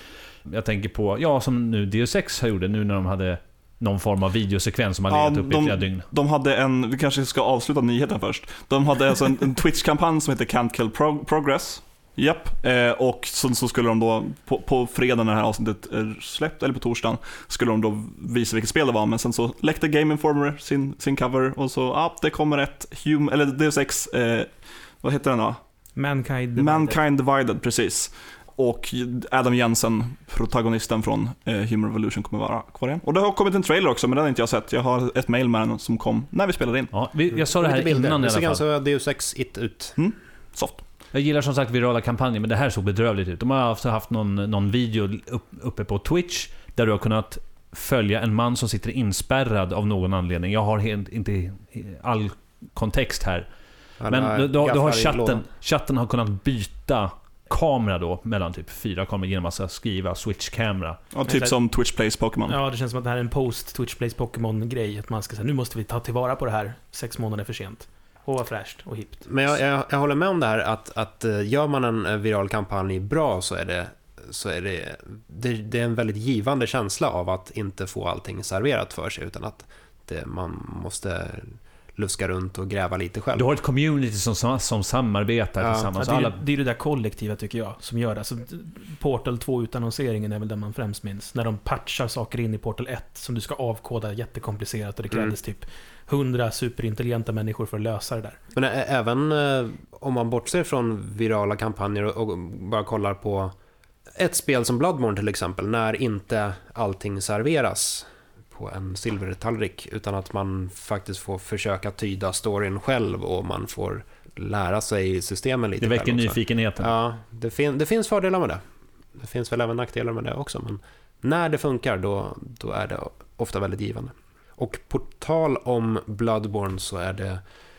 Speaker 2: jag tänker på, ja som nu Deus Ex har gjort det nu när de hade någon form av videosekvens som hade
Speaker 3: Ja,
Speaker 2: legat upp
Speaker 3: de,
Speaker 2: i flera dygn.
Speaker 3: De hade en, vi kanske ska avsluta nyheten först. De hade alltså en, en Twitch-kampanj som heter Can't Kill Pro- Progress. Japp, eh, och så, så skulle de då på, på fredag när det här avsnittet är släppt, eller på torsdagen, skulle de då visa vilket spel det var, men sen så läckte Game Informer sin, sin cover, och så, ja, ah, det kommer ett hum, eller Deus Ex, eh, vad heter den då?
Speaker 1: Mankind Divided.
Speaker 3: Mankind Divided, precis. Och Adam Jensen, protagonisten från eh, Human Revolution, kommer vara kvar igen. Och det har kommit en trailer också, men den har inte jag sett. Jag har ett mail med den som kom när vi spelade in.
Speaker 2: Ja, vi, jag sa det här
Speaker 4: Lite bilder.
Speaker 2: innan i
Speaker 4: Det ser
Speaker 2: alla fall.
Speaker 4: ganska Deus Ex-igt ut.
Speaker 3: Mm, soft.
Speaker 2: Jag gillar som sagt virala kampanjer, men det här såg bedrövligt ut. De har haft, haft någon, någon video upp, uppe på Twitch där du har kunnat följa en man som sitter inspärrad av någon anledning. Jag har helt, inte all kontext här. Men då, då, då har chatten, chatten har kunnat byta kamera då mellan typ fyra kameror genom att skriva switch-kamera.
Speaker 3: Ja, typ som Twitch Plays Pokémon.
Speaker 1: Ja, det känns som att det här är en post Twitch Plays Pokémon-grej. Att man ska säga, nu måste vi ta tillvara på det här sex månader för sent. Och vad fräscht och hippt.
Speaker 4: Men jag, jag, jag håller med om det här att, att gör man en viral kampanj bra så är det så är det, det, det är en väldigt givande känsla av att inte få allting serverat för sig, utan att det, man måste luska runt och gräva lite själv.
Speaker 2: Du har ett community som, som samarbetar
Speaker 4: Ja.
Speaker 2: tillsammans.
Speaker 1: Ja, det, är,
Speaker 2: alla...
Speaker 1: det är det där kollektiva tycker jag som gör det. Alltså, Portal två-utannonseringen är väl den man främst minns. När de patchar saker in i Portal ett som du ska avkoda jättekomplicerat, och det krävdes
Speaker 4: Mm.
Speaker 1: typ hundra superintelligenta människor för att lösa det där.
Speaker 4: Men ä- även eh, om man bortser från virala kampanjer och, och bara kollar på ett spel som Bloodborne till exempel, när inte allting serveras på en silvertallrik, utan att man faktiskt får försöka tyda storyn själv och man får lära sig systemen lite.
Speaker 2: Det väcker
Speaker 4: själv också.
Speaker 2: nyfikenheten.
Speaker 4: Ja, det, fin- det finns fördelar med det. Det finns väl även nackdelar med det också, men när det funkar då, då är det ofta väldigt givande. Och på tal om Bloodborne så är det,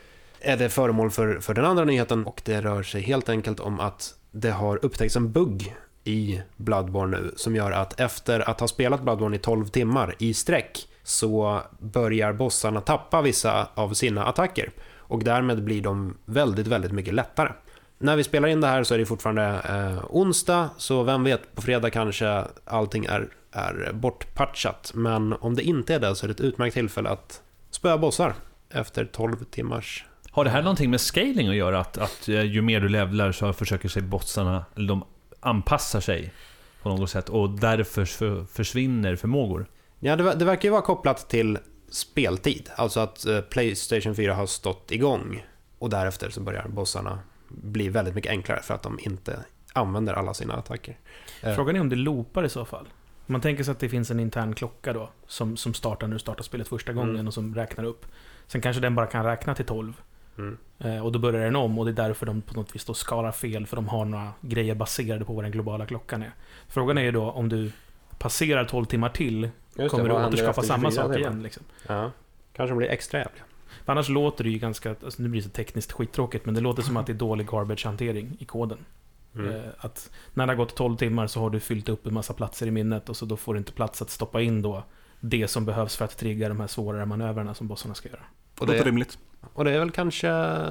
Speaker 4: är det föremål för, för den andra nyheten, och det rör sig helt enkelt om att det har upptäckts en bugg i Bloodborne nu som gör att efter att ha spelat Bloodborne i tolv timmar i sträck så börjar bossarna tappa vissa av sina attacker, och därmed blir de väldigt, väldigt mycket lättare. när vi spelar in det här så är det fortfarande eh, onsdag, så vem vet, på fredag kanske allting är, är bortpatchat. Men om det inte är det så är det ett utmärkt tillfälle att spöa bossar efter tolv timmars.
Speaker 2: Har det här någonting med scaling att göra? Att, att ju mer du levlar så försöker sig bossarna, eller de anpassar sig på något sätt och därför för, försvinner förmågor?
Speaker 4: Ja, det, det verkar ju vara kopplat till speltid. Alltså att eh, PlayStation fyra har stått igång och därefter så börjar bossarna bli väldigt mycket enklare för att de inte använder alla sina attacker.
Speaker 1: Frågan är om det loopar i så fall. Man tänker sig att det finns en intern klocka då som, som startar när du startar spelet första gången mm. och som räknar upp. Sen kanske den bara kan räkna till tolv. Mm. Eh, och då börjar den om och det är därför de på något vis då skalar fel, för de har några grejer baserade på vad den globala klockan är. Frågan är ju då om du passerar tolv timmar till,
Speaker 4: det,
Speaker 1: kommer du återskapa samma sak igen liksom.
Speaker 4: Ja, kanske blir extra jävligt.
Speaker 1: För annars låter det ju ganska, alltså nu blir det så tekniskt skittråkigt, men det låter som att det är dålig garbage-hantering i koden. Mm. Eh, att när det har gått tolv timmar så har du fyllt upp en massa platser i minnet och så då får du inte plats att stoppa in då det som behövs för att trigga de här svårare manövrarna som bossarna ska göra.
Speaker 3: Och det är rimligt.
Speaker 4: Och det är väl kanske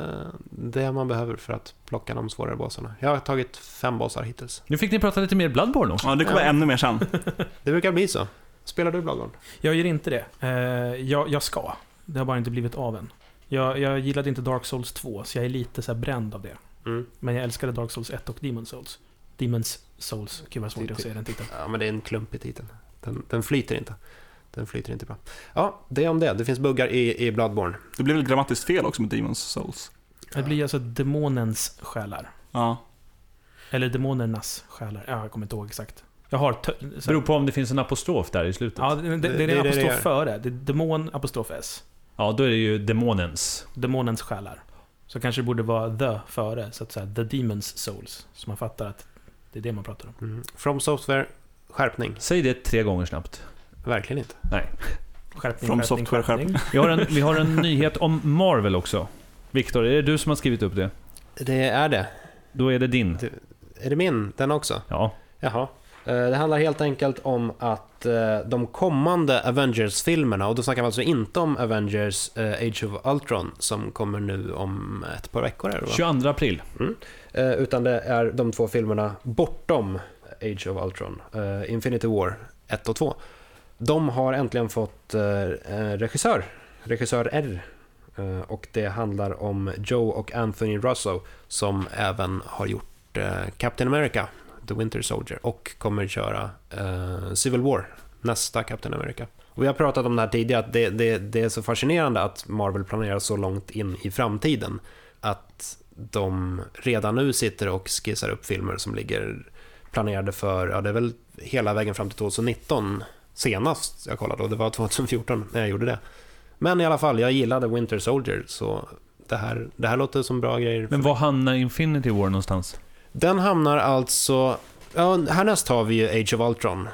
Speaker 4: det man behöver för att plocka de svårare bossarna. Jag har tagit fem bossar hittills.
Speaker 2: Nu fick ni prata lite mer Bloodborne också.
Speaker 3: Ja, det kommer ja. ännu mer sen.
Speaker 4: Det brukar bli så. Spelar du Bloodborne?
Speaker 1: Jag gör inte det. Eh, jag, jag ska. Det har bara inte blivit av än. Jag, jag gillade inte Dark Souls två, så jag är lite så här bränd av det. Mm. Men jag älskade Dark Souls ett och Demon's Souls. Demon's Souls, gud vad svårt att säga den titeln.
Speaker 4: Ja, men det är en klumpig titel. Den, den flyter inte. Den flyter inte bra. Ja, det är om det. Det finns buggar i, i Bloodborne.
Speaker 3: Det blir väl grammatiskt fel också med Demon's Souls.
Speaker 1: Det blir alltså demonens själar.
Speaker 3: Ja.
Speaker 1: Eller demonernas själar. Ja, jag kommer inte ihåg exakt. Jag har t-
Speaker 2: så... Beror på om det finns en apostrof där i slutet.
Speaker 1: Ja, det, det, det, det är en apostrof det före. Det är demon apostrof S.
Speaker 2: Ja, då är det ju demonens.
Speaker 1: Demonens själar. Så kanske det borde vara the före, så att säga, the demon's souls. Så man fattar att det är det man pratar om.
Speaker 4: Mm. From Software, skärpning.
Speaker 2: Säg det tre gånger snabbt.
Speaker 4: Verkligen inte.
Speaker 2: Nej.
Speaker 1: Skärpning,
Speaker 3: From
Speaker 1: skärpning,
Speaker 3: Software,
Speaker 1: skärpning.
Speaker 2: Vi har, en, vi har en nyhet om Marvel också. Viktor, är det du som har skrivit upp det?
Speaker 4: Det är det.
Speaker 2: Då är det din.
Speaker 4: Det, är det min, den också?
Speaker 2: Ja.
Speaker 4: Jaha. Det handlar helt enkelt om att de kommande Avengers-filmerna, och då snackar vi alltså inte om Avengers Age of Ultron som kommer nu om ett par veckor. Är det, va?
Speaker 2: tjugoandra april.
Speaker 4: Mm. Utan det är de två filmerna bortom Age of Ultron, Infinity War ett och två. De har äntligen fått regissör, regissör R. Och det handlar om Joe och Anthony Russo som även har gjort Captain America, The Winter Soldier, och kommer köra uh, Civil War, nästa Captain America. Och vi har pratat om det här tidigare, att det, det, det är så fascinerande att Marvel planerar så långt in i framtiden att de redan nu sitter och skissar upp filmer som ligger planerade för, ja det är väl hela vägen fram till tjugonitton senast jag kollade, och det var tjugohundrafjorton när jag gjorde det. Men i alla fall, jag gillade Winter Soldier, så det här, det här låter som bra grejer.
Speaker 2: Men var hamnar Infinity War någonstans?
Speaker 4: Den hamnar alltså... Ja, härnäst har vi ju Age of Ultron.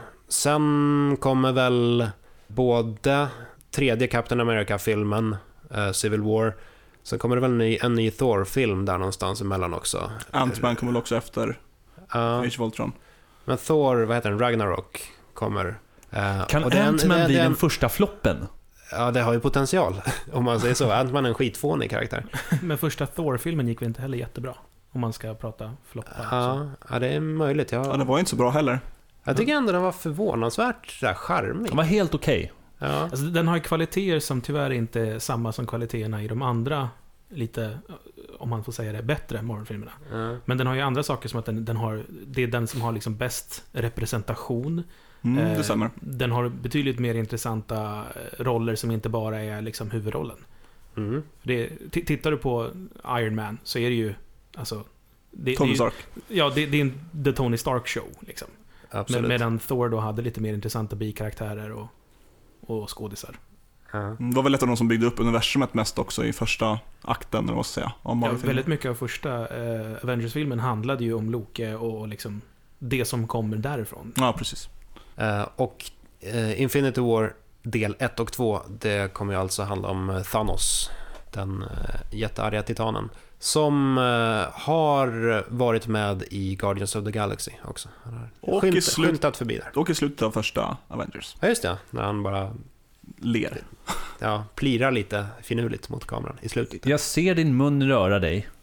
Speaker 4: Sen kommer väl både tredje Captain America-filmen, uh, Civil War. Sen kommer det väl en ny, en ny Thor-film där någonstans emellan också.
Speaker 3: Ant-Man kommer väl också efter uh, Age of Ultron.
Speaker 4: Men Thor, vad heter den? Ragnarok kommer. Uh,
Speaker 2: kan Ant-Man bli den första floppen?
Speaker 4: Ja, det har ju potential, om man säger så. Ant-Man är en skitfånig karaktär.
Speaker 1: Men första Thor-filmen gick väl inte heller jättebra, om man ska prata floppar.
Speaker 4: Ja, ja, det är möjligt. Jag...
Speaker 3: Ja, det var inte så bra heller.
Speaker 4: Jag tycker ändå den var förvånansvärt där charmig.
Speaker 2: Den var helt okej.
Speaker 4: Okay. Ja.
Speaker 1: Alltså, den har ju kvaliteter som tyvärr inte är samma som kvaliteterna i de andra, lite, om man får säga det, bättre Marvel-filmerna. Ja. Men den har ju andra saker, som att den, den har, det är den som har liksom bäst representation.
Speaker 3: Mm, det stämmer.
Speaker 1: Den har betydligt mer intressanta roller som inte bara är liksom huvudrollen. Mm. Det, t- tittar du på Iron Man så är det ju alltså, det,
Speaker 3: Tony
Speaker 1: det är,
Speaker 3: Stark.
Speaker 1: Ja, det, det är en The Tony Stark show liksom.
Speaker 4: Absolut.
Speaker 1: Med, medan Thor då hade lite mer intressanta bikaraktärer och, och skådisar.
Speaker 3: Ja. Det var väl ett av de som byggde upp universumet mest också i första akten, eller vad ska jag säga. Om
Speaker 1: ja, väldigt mycket av första eh, Avengers-filmen handlade ju om Loke och liksom det som kommer därifrån.
Speaker 3: Ja, precis.
Speaker 4: Uh, och uh, Infinity War del ett och två, det kommer ju alltså handla om Thanos, den uh, jättearga titanen, som uh, har varit med i Guardians of the Galaxy också.
Speaker 3: Och
Speaker 4: Skymt,
Speaker 3: i, slut-
Speaker 4: skymtat förbi där.
Speaker 3: och i slutet av första Avengers.
Speaker 4: Ja, just det. När han bara
Speaker 3: ler.
Speaker 4: Ja, plirar lite finurligt mot kameran i slutet.
Speaker 2: Jag ser din mun röra dig.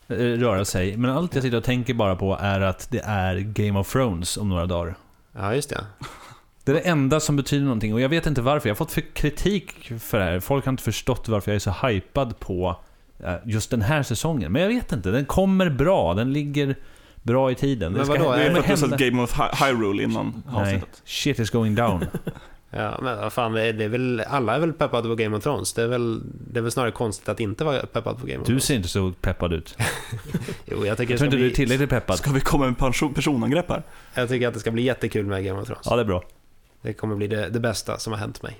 Speaker 2: röra sig. Men allt jag sitter och tänker bara på är att det är Game of Thrones om några dagar.
Speaker 4: Ja, just det.
Speaker 2: Det är det enda som betyder någonting. Och jag vet inte varför. Jag har fått för kritik för det här. Folk har inte förstått varför jag är så hypad på just den här säsongen. Men jag vet inte. Den kommer bra. Den ligger bra i tiden.
Speaker 4: Men
Speaker 2: det ska
Speaker 4: vadå?
Speaker 3: Det är för att du har
Speaker 2: hända.
Speaker 3: sett Game of Hy- Hyrule innan
Speaker 2: Nej,
Speaker 3: avsnittet.
Speaker 2: shit is going down.
Speaker 4: Ja, men vad fan, det är väl, alla är väl peppade på Game of Thrones. Det är väl, det är väl snarare konstigt att inte vara peppad på Game of
Speaker 2: Du
Speaker 4: Thrones.
Speaker 2: ser inte så peppad ut.
Speaker 4: Jo, jag tycker,
Speaker 2: Jag
Speaker 4: det
Speaker 2: tror inte
Speaker 4: ska
Speaker 2: du är
Speaker 4: bli,
Speaker 2: tillräckligt peppad.
Speaker 3: Ska vi komma med person- personangrepp här?
Speaker 4: jag tycker att det ska bli jättekul med Game of Thrones.
Speaker 2: Ja, det är bra.
Speaker 4: Det kommer bli det, det bästa som har hänt mig.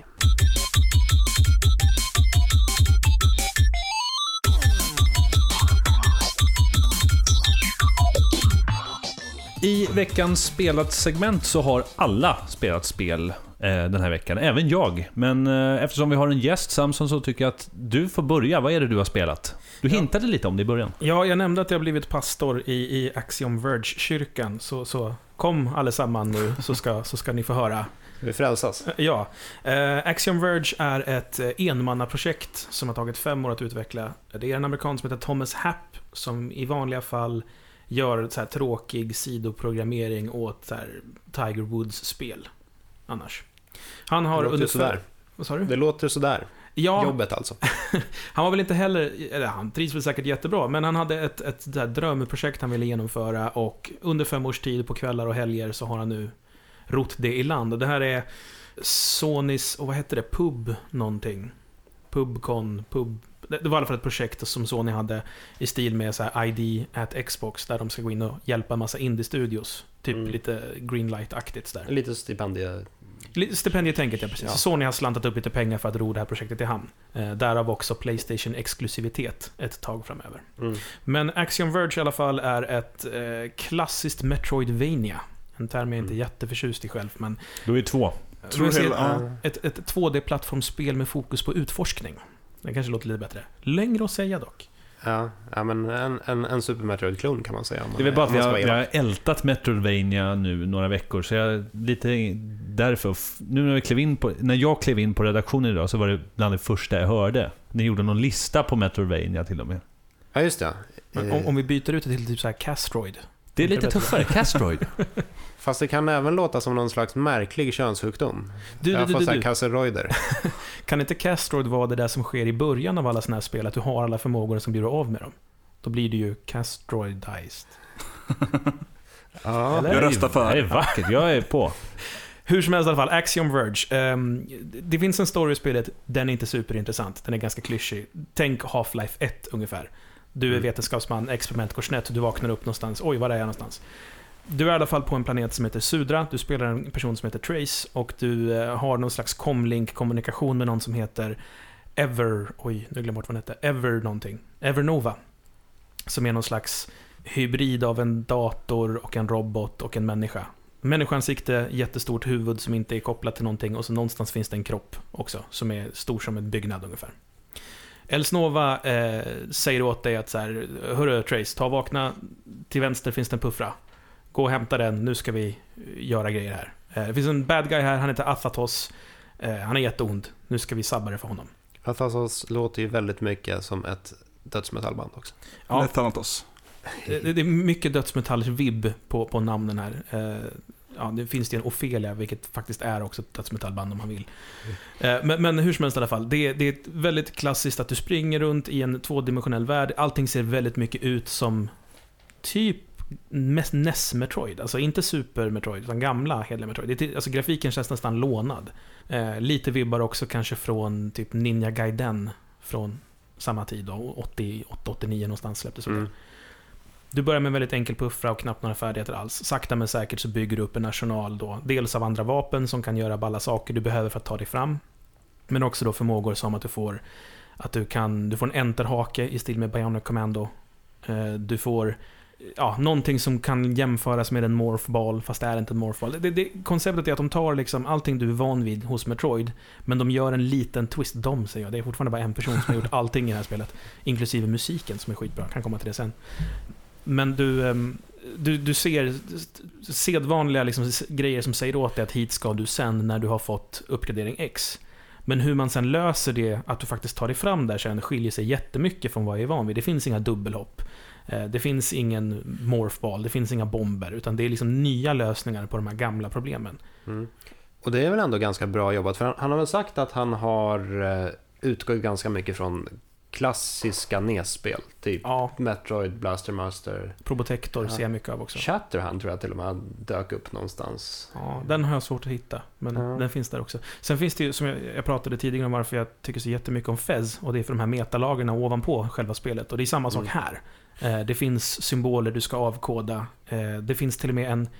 Speaker 2: I veckans spelat segment så har alla spelat spel eh, den här veckan, även jag. Men eh, eftersom vi har en gäst, Samson, så tycker jag att du får börja. Vad är det du har spelat? Du hintade lite om det i början.
Speaker 1: Ja, jag nämnde att jag blivit pastor i, i Axiom Verge-kyrkan. Så, så kom allesamman nu så ska, så ska ni få höra.
Speaker 4: Vi frälsas.
Speaker 1: Ja, eh, Axiom Verge är ett eh, enmannaprojekt som har tagit fem år att utveckla. Det är en amerikan som heter Thomas Happ som i vanliga fall gör så här tråkig sidoprogrammering åt så här Tiger Woods-spel. Annars. Han har
Speaker 4: Det låter
Speaker 1: under
Speaker 4: sådär.
Speaker 1: Vad sa du?
Speaker 4: Det låter sådär.
Speaker 1: Ja,
Speaker 4: Jobbet alltså.
Speaker 1: han var väl inte heller, eller han trivs väl säkert jättebra, men han hade ett, ett där drömprojekt han ville genomföra och under fem års tid på kvällar och helger så har han nu rott det i land. Och det här är Sonys, och vad heter det? Pub någonting. Pubcon, pub... Det var i alla fall ett projekt som Sony hade i stil med så här I D at Xbox där de ska gå in och hjälpa en massa indie-studios. Typ
Speaker 4: Mm.
Speaker 1: lite Greenlight-aktigt där.
Speaker 4: Lite stipendie.
Speaker 1: Lite Stipendietänket, ja precis.
Speaker 4: Ja.
Speaker 1: Så Sony har slantat upp lite pengar för att ro det här projektet i hamn. Eh, därav också PlayStation-exklusivitet ett tag framöver.
Speaker 4: Mm.
Speaker 1: Men Axiom Verge i alla fall är ett eh, klassiskt Metroidvania. En term jag inte är
Speaker 4: Mm.
Speaker 1: jätteförtjust i själv, men...
Speaker 2: Du är två.
Speaker 3: Tror
Speaker 1: vi ser
Speaker 3: hela-
Speaker 1: ett, ett två D-plattformsspel med fokus på utforskning. Det kanske låter lite bättre. Längre att säga dock.
Speaker 4: Ja, ja, men en, en, en Super Metroid-klon kan man säga. Om man
Speaker 2: Det är väl bara att
Speaker 4: om
Speaker 2: vi
Speaker 4: man ska
Speaker 2: har,
Speaker 4: vara
Speaker 2: vi
Speaker 4: elak.
Speaker 2: har ältat Metroidvania nu några veckor. Så jag lite därför... Nu när, vi klev in på, när jag klev in på redaktionen idag så var det bland det första jag hörde. Ni gjorde någon lista på Metroidvania till och med.
Speaker 4: Ja, just det.
Speaker 1: Men
Speaker 4: Eh,
Speaker 1: om, om vi byter ut det till typ så här Castroid.
Speaker 2: Det är
Speaker 1: Inte
Speaker 2: lite
Speaker 1: bättre.
Speaker 2: tuffare. Castroid.
Speaker 4: Fast det kan även låta som någon slags märklig könssjukdom.
Speaker 1: Du,
Speaker 4: jag
Speaker 1: du,
Speaker 4: får
Speaker 1: du,
Speaker 4: såhär
Speaker 1: du.
Speaker 4: kasseroider.
Speaker 1: Kan inte Castroid vara det där som sker i början av alla såna här spel? Att du har alla förmågor som blir du av med dem? Då blir det ju Castroidized.
Speaker 4: Ja.
Speaker 1: Eller?
Speaker 3: Jag röstar för.
Speaker 2: Det är vackert. Jag är på.
Speaker 1: Hur som helst i alla fall, Axiom Verge. Um, det finns en story i spelet, den är inte superintressant. Den är ganska klyschig. Tänk Half-Life ett ungefär. Du är
Speaker 4: Mm.
Speaker 1: vetenskapsman, experiment går snett, du vaknar upp någonstans. Oj, var är jag någonstans? Du är i alla fall på en planet som heter Sudra. Du spelar en person som heter Trace. Och du eh, har någon slags comlink-kommunikation med någon som heter Ever... Oj, nu glömde jag bort vad den heter. Ever någonting. Evernova. Som är någon slags hybrid av en dator och en robot och en människa. Människoansikte, jättestort huvud som inte är kopplat till någonting och så någonstans finns det en kropp också som är stor som en byggnad ungefär. Elsnova eh, säger åt dig att så här, hörru Trace, ta och vakna, till vänster finns det en puffra. Gå och hämta den, nu ska vi göra grejer här. Eh, det finns en bad guy här, han heter Athatos. Eh, han är jätteond, nu ska vi sabba det för honom.
Speaker 4: Athasos låter ju väldigt mycket som ett dödsmetallband också.
Speaker 1: Ja.
Speaker 3: Lätt annat oss.
Speaker 1: Det, det är mycket dödsmetallsvibb på, på namnen här. Eh, ja, det finns det en Ophelia, vilket faktiskt är också ett dödsmetallband om man vill. Eh, men, men hur som helst i alla fall. Det, det är ett väldigt klassiskt att du springer runt i en tvådimensionell värld. Allting ser väldigt mycket ut som typ N E S Metroid. Alltså inte Super Metroid, utan gamla hela Metroid. Det är, alltså grafiken känns nästan lånad. Eh, lite vibbar också kanske från typ Ninja Gaiden från samma tid då, åttioåtta åttionio någonstans släpptes
Speaker 4: Mm.
Speaker 1: det. Du börjar med en väldigt enkel puffra och knappt några färdigheter alls. Sakta men säkert så bygger du upp en arsenal då. Dels av andra vapen som kan göra balla saker du behöver för att ta dig fram. Men också då förmågor som att du får att du kan du får en enterhake i stil med Bionic Commando. Eh, Du får ja, någonting som kan jämföras med en morphball, fast det är inte en morphball. Det, det, konceptet är att de tar liksom allting du är van vid hos Metroid, men de gör en liten twist. De säger jag, det är fortfarande bara en person som har gjort allting i det här spelet, inklusive musiken som är skitbra, kan komma till det sen. Men du, du, du ser sedvanliga liksom grejer som säger åt dig att hit ska du sen när du har fått uppgradering X. Men hur man sen löser det, att du faktiskt tar dig fram där sen, skiljer sig jättemycket från vad jag är van vid. Det finns inga dubbelhopp. Eh, det finns ingen morphball, det finns inga bomber, utan det är liksom nya lösningar på de här gamla problemen.
Speaker 4: Mm. Och det är väl ändå ganska bra jobbat, för han, han har väl sagt att han har eh, utgått ganska mycket från klassiska N E S-spel, typ
Speaker 1: Ja.
Speaker 4: Metroid, Blaster Master.
Speaker 1: Probotector
Speaker 4: Ja.
Speaker 1: ser jag mycket av också.
Speaker 4: Shatterhand tror jag till och med dök upp någonstans.
Speaker 1: Ja, den har jag svårt att hitta, men
Speaker 4: Ja.
Speaker 1: den finns där också. Sen finns det ju, som jag, jag pratade tidigare om varför jag tycker så jättemycket om Fez, och det är för de här metalagerna ovanpå själva spelet. Och det är samma sak
Speaker 4: Mm.
Speaker 1: här. Eh, det finns symboler du ska avkoda. Eh, det finns till och med en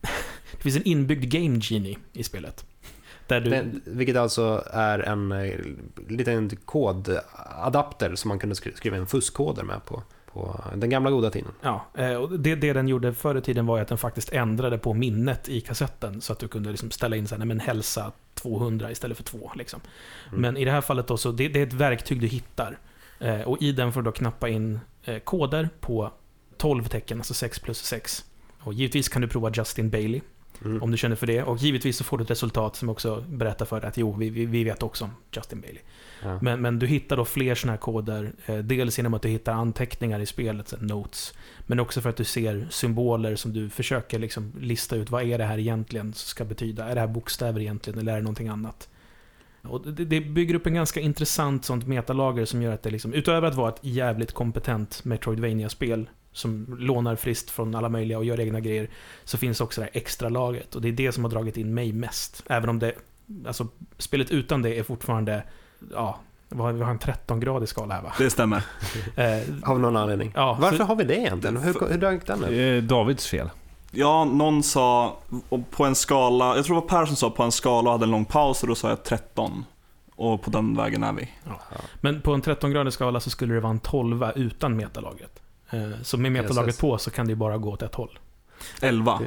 Speaker 1: det finns en inbyggd Game Genie i spelet. Där du...
Speaker 4: Den, vilket alltså är en eh, liten kodadapter som man kunde skri- skriva en fuskkoder med på, på den gamla goda tiden.
Speaker 1: Ja, eh, och det, det den gjorde förr i tiden var ju att den faktiskt ändrade på minnet i kassetten, så att du kunde liksom ställa in så här, nej men hälsa tvåhundra istället för två. Liksom.
Speaker 4: Mm.
Speaker 1: Men i det här fallet då, så det, det är ett verktyg du hittar. Eh, och i den får du då knappa in eh, koder på tolv tecken, alltså sex plus sex. Och givetvis kan du prova Justin Bailey,
Speaker 4: Mm.
Speaker 1: om du känner för det. Och givetvis så får du ett resultat som också berättar för dig att jo, vi, vi, vi vet också om Justin Bailey.
Speaker 4: Ja.
Speaker 1: Men, men du hittar då fler såna här koder, eh, dels genom att du hittar anteckningar i spelet, så notes, men också för att du ser symboler som du försöker liksom lista ut, vad är det här egentligen ska betyda? Är det här bokstäver egentligen, eller är det någonting annat? Och det, det bygger upp en ganska intressant sånt metalager som gör att det liksom, utöver att vara ett jävligt kompetent Metroidvania-spel som lånar friskt från alla möjliga och gör egna grejer, så finns också det här extra lagret, och det är det som har dragit in mig mest. Även om det, alltså spelet utan det är fortfarande, ja, vi har en tretton-gradig skala här va?
Speaker 3: Det stämmer.
Speaker 1: Eh,
Speaker 4: Av någon anledning.
Speaker 1: Ja,
Speaker 4: Varför
Speaker 1: så-
Speaker 4: har vi det egentligen? Hur, hur dök den upp?
Speaker 2: Det är Davids fel.
Speaker 3: Ja, någon sa och på en skala, jag tror det var Per som sa på en skala och hade en lång paus, och då sa jag tretton. Och på den vägen är vi.
Speaker 1: Men på en tretton-gradig skala så skulle det vara en tolva utan metalagret. Eh, Så med metalagret
Speaker 4: Jesus.
Speaker 1: på så kan det ju bara gå åt ett håll.
Speaker 3: elva.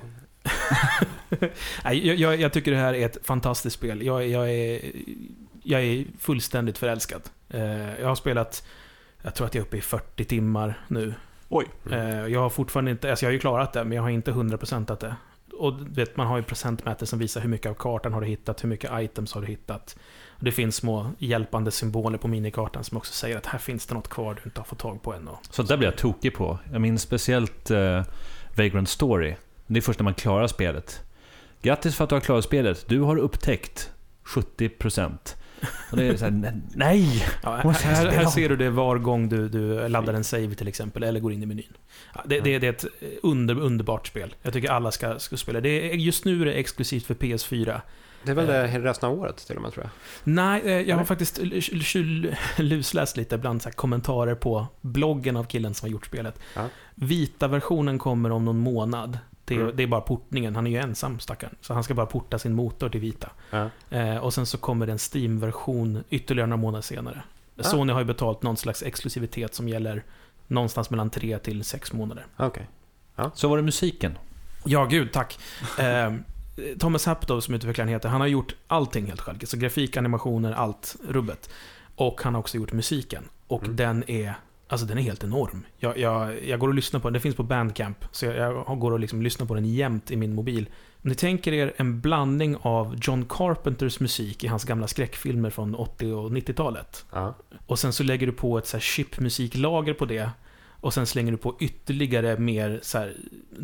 Speaker 1: Nej, jag, jag, jag tycker det här är ett fantastiskt spel. Jag, jag, är, jag är fullständigt förälskad. Eh, Jag har spelat, jag tror att jag är uppe i fyrtio timmar nu.
Speaker 3: Oj.
Speaker 1: Eh, Jag har fortfarande inte, alltså jag har ju klarat det, men jag har inte hundra procent att det. Och du vet, man har ju procentmätare som visar hur mycket av kartan har du hittat, hur mycket items har du hittat. Och det finns små hjälpande symboler på minikartan som också säger att här finns det något kvar du inte har fått tag på än. Och
Speaker 2: Så där blir jag tokig på. Jag minns speciellt uh, Vagrant Story. Det är först när man klarar spelet. Grattis för att du har klarat spelet. Du har upptäckt sjuttio procent. Och det är så här, nej!
Speaker 1: Ja, här, här, här ser du det var gång du, du laddar en save till exempel, eller går in i menyn. Ja, det, det, det är ett under, underbart spel. Jag tycker alla ska, ska spela. Det är, just nu är det exklusivt för P S fyra.
Speaker 4: Det är väl det resten av året till och med, tror jag.
Speaker 1: Nej, eh, jag har
Speaker 4: Nej.
Speaker 1: faktiskt l- l- l- lusläst lite bland så här kommentarer på bloggen av killen som har gjort spelet.
Speaker 4: Ja.
Speaker 1: Vita versionen kommer om någon månad. Det är,
Speaker 4: Mm.
Speaker 1: det är bara portningen. Han är ju ensam, stackaren. Så han ska bara porta sin motor till vita.
Speaker 4: Ja.
Speaker 1: Eh, och sen så kommer det en Steam-version ytterligare några månader senare.
Speaker 4: Ah.
Speaker 1: Sony har ju betalt någon slags exklusivitet som gäller någonstans mellan tre till sex månader.
Speaker 4: Okej.
Speaker 2: Så var det musiken.
Speaker 1: Ja, gud, tack. Eh, Thomas Hapto, som utvecklaren heter, han har gjort allting helt själv. Så grafik, animationer, allt rubbet. Och han har också gjort musiken. Och
Speaker 4: Mm.
Speaker 1: den är... Alltså den är helt enorm. Jag, jag, jag går och lyssnar på den. Det finns på Bandcamp. Så jag, jag går och liksom lyssnar på den jämt i min mobil. Om ni tänker er en blandning av John Carpenters musik i hans gamla skräckfilmer från åttio- och nittiotalet.
Speaker 4: Ja.
Speaker 1: Och sen så lägger du på ett så här chipmusiklager på det. Och sen slänger du på ytterligare mer så här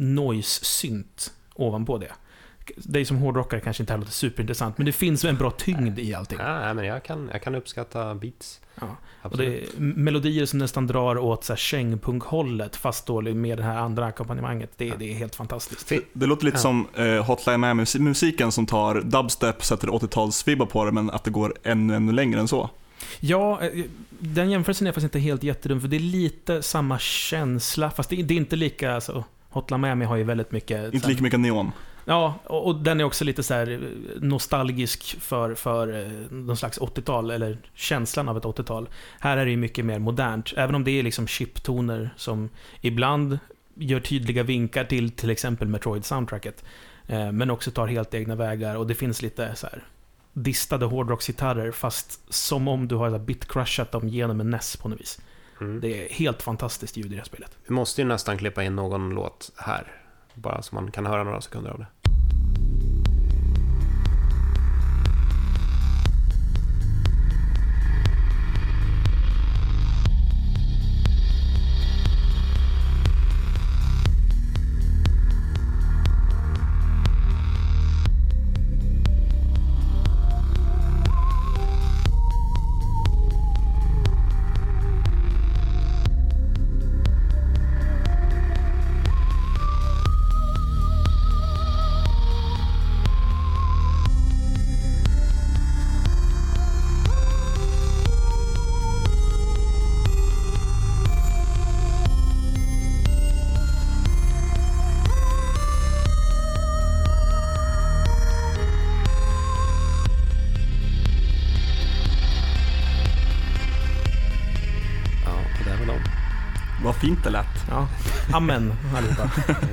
Speaker 1: noise-synt ovanpå det. Det är som hårdrockare kanske inte här låter superintressant, men det finns en bra tyngd i allting.
Speaker 4: Ja, nej, men jag kan, jag kan uppskatta beats.
Speaker 1: Ja. Och
Speaker 4: Absolut.
Speaker 1: det är melodier som nästan drar åt så här kängpunk-hållet, fast då med det här andra ackompanjemanget. Det, det är helt fantastiskt.
Speaker 4: Fi-
Speaker 3: Det låter lite
Speaker 4: Ja.
Speaker 3: som eh, Hotline Miami-musiken som tar dubstep, sätter åttio-talsvibbar på det, men att det går ännu, ännu längre än så.
Speaker 1: Ja, eh, den jämförelsen är faktiskt inte helt jättedum, för det är lite samma känsla, fast det är, det är inte lika... Alltså, Hotline Miami har ju väldigt mycket...
Speaker 3: Inte lika mycket neon.
Speaker 1: Ja, och, och den är också lite så här nostalgisk för, för eh, någon slags åttiotal, eller känslan av ett åttiotal. Här är det ju mycket mer modernt, även om det är liksom chiptoner som ibland gör tydliga vinkar till till exempel Metroid-soundtracket, eh, men också tar helt egna vägar, och det finns lite så här distade hårdrocksgitarrer, fast som om du har så här bit-crushat dem genom en N E S på något vis.
Speaker 4: Mm.
Speaker 1: Det är helt fantastiskt ljud i det här spelet.
Speaker 4: Vi måste ju nästan klippa in någon låt här. Bara så man kan höra några sekunder av det.
Speaker 3: fint det lät.
Speaker 1: Ja. Amen, allihopa.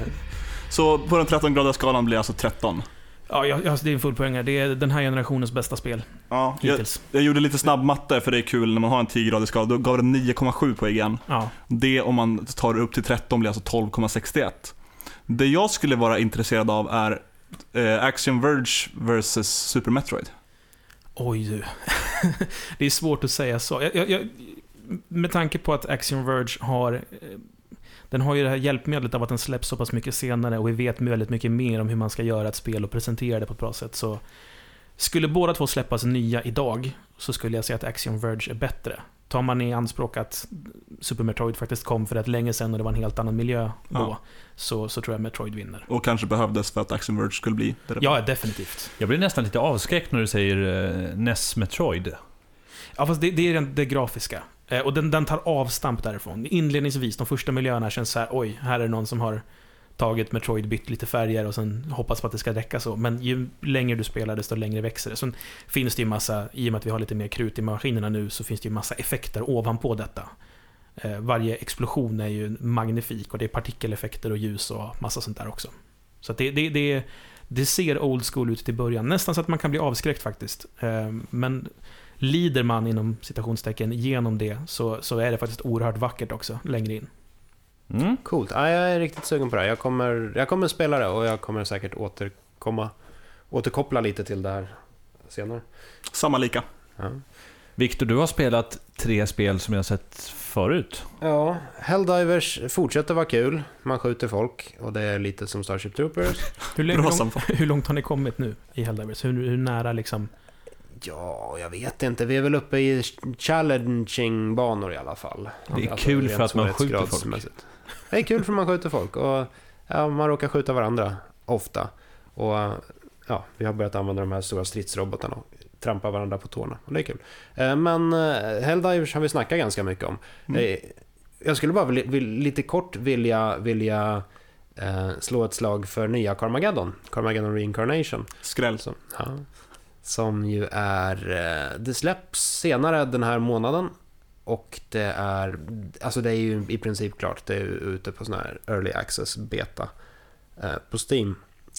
Speaker 3: Så på den tretton-gradiga skalan blir alltså tretton.
Speaker 1: Ja, jag, jag, det är en full poäng. Det är den här generationens bästa spel.
Speaker 3: Ja, jag,
Speaker 1: hittills.
Speaker 3: jag gjorde lite snabb matte för det är kul när man har en tio-gradig skala. Då gav det nio komma sju på I G N.
Speaker 1: Ja.
Speaker 3: Det om man tar upp till tretton blir alltså tolv komma sextioett. Det jag skulle vara intresserad av är eh, Axiom Verge versus Super Metroid.
Speaker 1: Oj du. Det är svårt att säga så. Jag, jag, jag, med tanke på att Axiom Verge har... Den har ju det här hjälpmedlet av att den släpps så pass mycket senare och vi vet väldigt mycket mer om hur man ska göra ett spel och presentera det på ett bra sätt. Så skulle båda två släppas nya idag så skulle jag säga att Axiom Verge är bättre. Tar man i anspråk att Super Metroid faktiskt kom för rätt länge sedan och det var en helt annan miljö då, ja. så, så tror jag Metroid vinner.
Speaker 3: Och kanske behövdes för att Axiom Verge skulle bli det.
Speaker 1: Ja, definitivt.
Speaker 2: Jag blir nästan lite avskräckt när du säger uh, N E S Metroid.
Speaker 1: Ja, fast det, det är det, det grafiska. Eh, och den, den tar avstamp därifrån. Inledningsvis, de första miljöerna känns så här, oj, här är det någon som har tagit Metroid, bytt lite färger och sen hoppas på att det ska räcka så. Men ju längre du spelar, desto längre växer det. Sen finns det ju massa, i och med att vi har lite mer krut i maskinerna nu, så finns det ju massa effekter ovanpå detta. Eh, varje explosion är ju magnifik och det är partikeleffekter och ljus och massa sånt där också. Så att det, det, det, det ser old school ut till början. Nästan så att man kan bli avskräckt faktiskt. Eh, men lider man inom citationstecken genom det så, så är det faktiskt oerhört vackert också längre in.
Speaker 4: Mm. Coolt. Ja, jag är riktigt sugen på det. Jag kommer, jag kommer spela det och jag kommer säkert återkomma, återkoppla lite till det här senare.
Speaker 3: Samma lika.
Speaker 4: Ja.
Speaker 2: Victor, du har spelat tre spel som jag har sett förut.
Speaker 4: Ja, Helldivers fortsätter vara kul. Man skjuter folk och det är lite som Starship Troopers.
Speaker 1: Hur, lång, lång, hur långt har ni kommit nu i Helldivers? Hur, hur nära liksom...
Speaker 4: Ja, jag vet inte. Vi är väl uppe i challenging banor i alla fall.
Speaker 2: Det är
Speaker 4: alltså,
Speaker 2: kul för att man skjuter folk.
Speaker 4: Det är kul för att man skjuter folk. Och ja, man råkar skjuta varandra ofta. Och ja, vi har börjat använda de här stora stridsrobotarna och trampa varandra på tårna. Och det är kul. Men Helldivers har vi snackat ganska mycket om. Mm. Jag skulle bara vilja, lite kort vilja, vilja eh, slå ett slag för nya Carmageddon. Carmageddon Reincarnation.
Speaker 3: Skräll.
Speaker 4: Så, ja. Som ju är... Det släpps senare den här månaden. Och det är... Alltså det är ju i princip klart. Det är ute på sån här Early Access beta på Steam.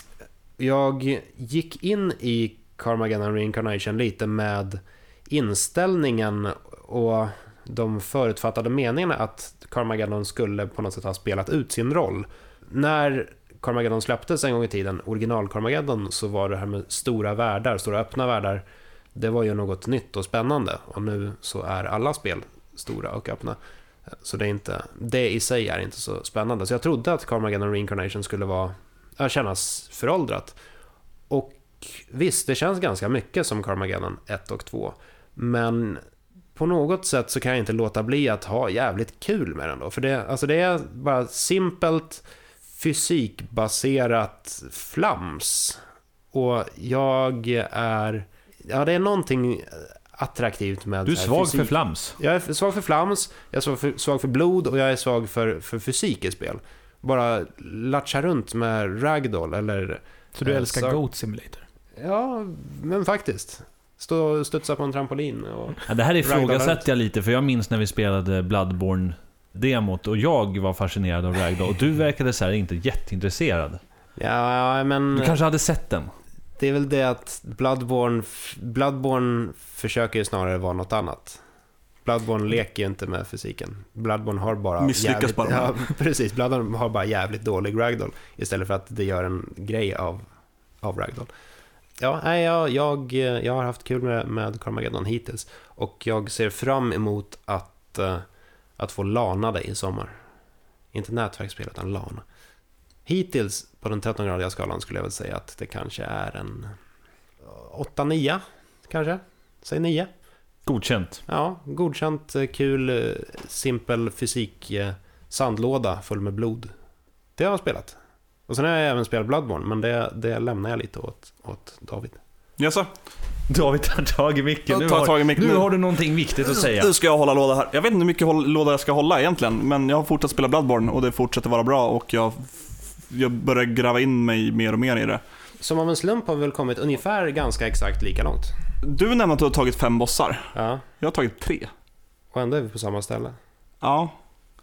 Speaker 4: Jag gick in i Carmageddon Reincarnation lite med inställningen och de förutfattade meningarna att Carmageddon skulle på något sätt ha spelat ut sin roll. När Carmageddon släpptes en gång i tiden, original Carmageddon, så var det här med stora världar, stora öppna världar, det var ju något nytt och spännande. Och nu så är alla spel stora och öppna. Så det är inte, det i sig är inte så spännande. Så jag trodde att Carmageddon Reincarnation skulle vara, kännas föråldrat. Och visst, det känns ganska mycket som Carmageddon ett och två. Men på något sätt så kan jag inte låta bli att ha jävligt kul med den då. För det, alltså det är bara simpelt fysikbaserat flams. Och jag är... Ja, det är någonting attraktivt med...
Speaker 2: Du är svag
Speaker 4: fysik.
Speaker 2: för flams.
Speaker 4: Jag är svag för flams, jag är svag för, svag för blod och jag är svag för, för fysik i spel. Bara latcha runt med ragdoll eller...
Speaker 1: Så du äh, älskar så... Goat Simulator?
Speaker 4: Ja, men faktiskt. Stå och studsa på en trampolin. Och
Speaker 2: ja, det här ifrågasätter jag lite, för jag minns när vi spelade Bloodborne-demot och jag var fascinerad av ragdoll och du verkade så här inte jätteintresserad.
Speaker 4: Ja, men...
Speaker 2: Du kanske hade sett den.
Speaker 4: Det är väl det att Bloodborne, Bloodborne försöker ju snarare vara något annat. Bloodborne leker ju inte med fysiken. Bloodborne har bara
Speaker 3: misslyckas
Speaker 4: jävligt,
Speaker 3: bara.
Speaker 4: Ja, precis. Bloodborne har bara jävligt dålig ragdoll istället för att det gör en grej av, av ragdoll. Ja, nej, jag, jag, jag har haft kul med, med Carmageddon hittills och jag ser fram emot att, att få lana det i sommar. Inte nätverksspel utan lana. Hittills på den tretton-gradiga skalan skulle jag väl säga att det kanske är en åtta nio kanske. Säg nio.
Speaker 2: Godkänt.
Speaker 4: Ja, godkänt, kul, simpel fysik, sandlåda full med blod. Det har jag spelat. Och sen har jag även spelat Bloodborne, men det, det lämnar jag lite åt, åt David.
Speaker 3: Jaså?
Speaker 2: David tar tag i micken. Nu,
Speaker 3: har,
Speaker 2: tag i
Speaker 3: micken.
Speaker 2: nu har du någonting viktigt att säga.
Speaker 3: Nu ska jag hålla låda här. Jag vet inte hur mycket håll, låda jag ska hålla egentligen, men jag har fortsatt spela Bloodborne och det fortsätter vara bra och jag, jag börjar gräva in mig mer och mer i det.
Speaker 4: Som av en slump har vi väl kommit ungefär ganska exakt lika långt.
Speaker 3: Du nämnde att du har tagit fem bossar.
Speaker 4: Ja.
Speaker 3: Jag har tagit tre.
Speaker 4: Och ändå är vi på samma ställe.
Speaker 3: Ja.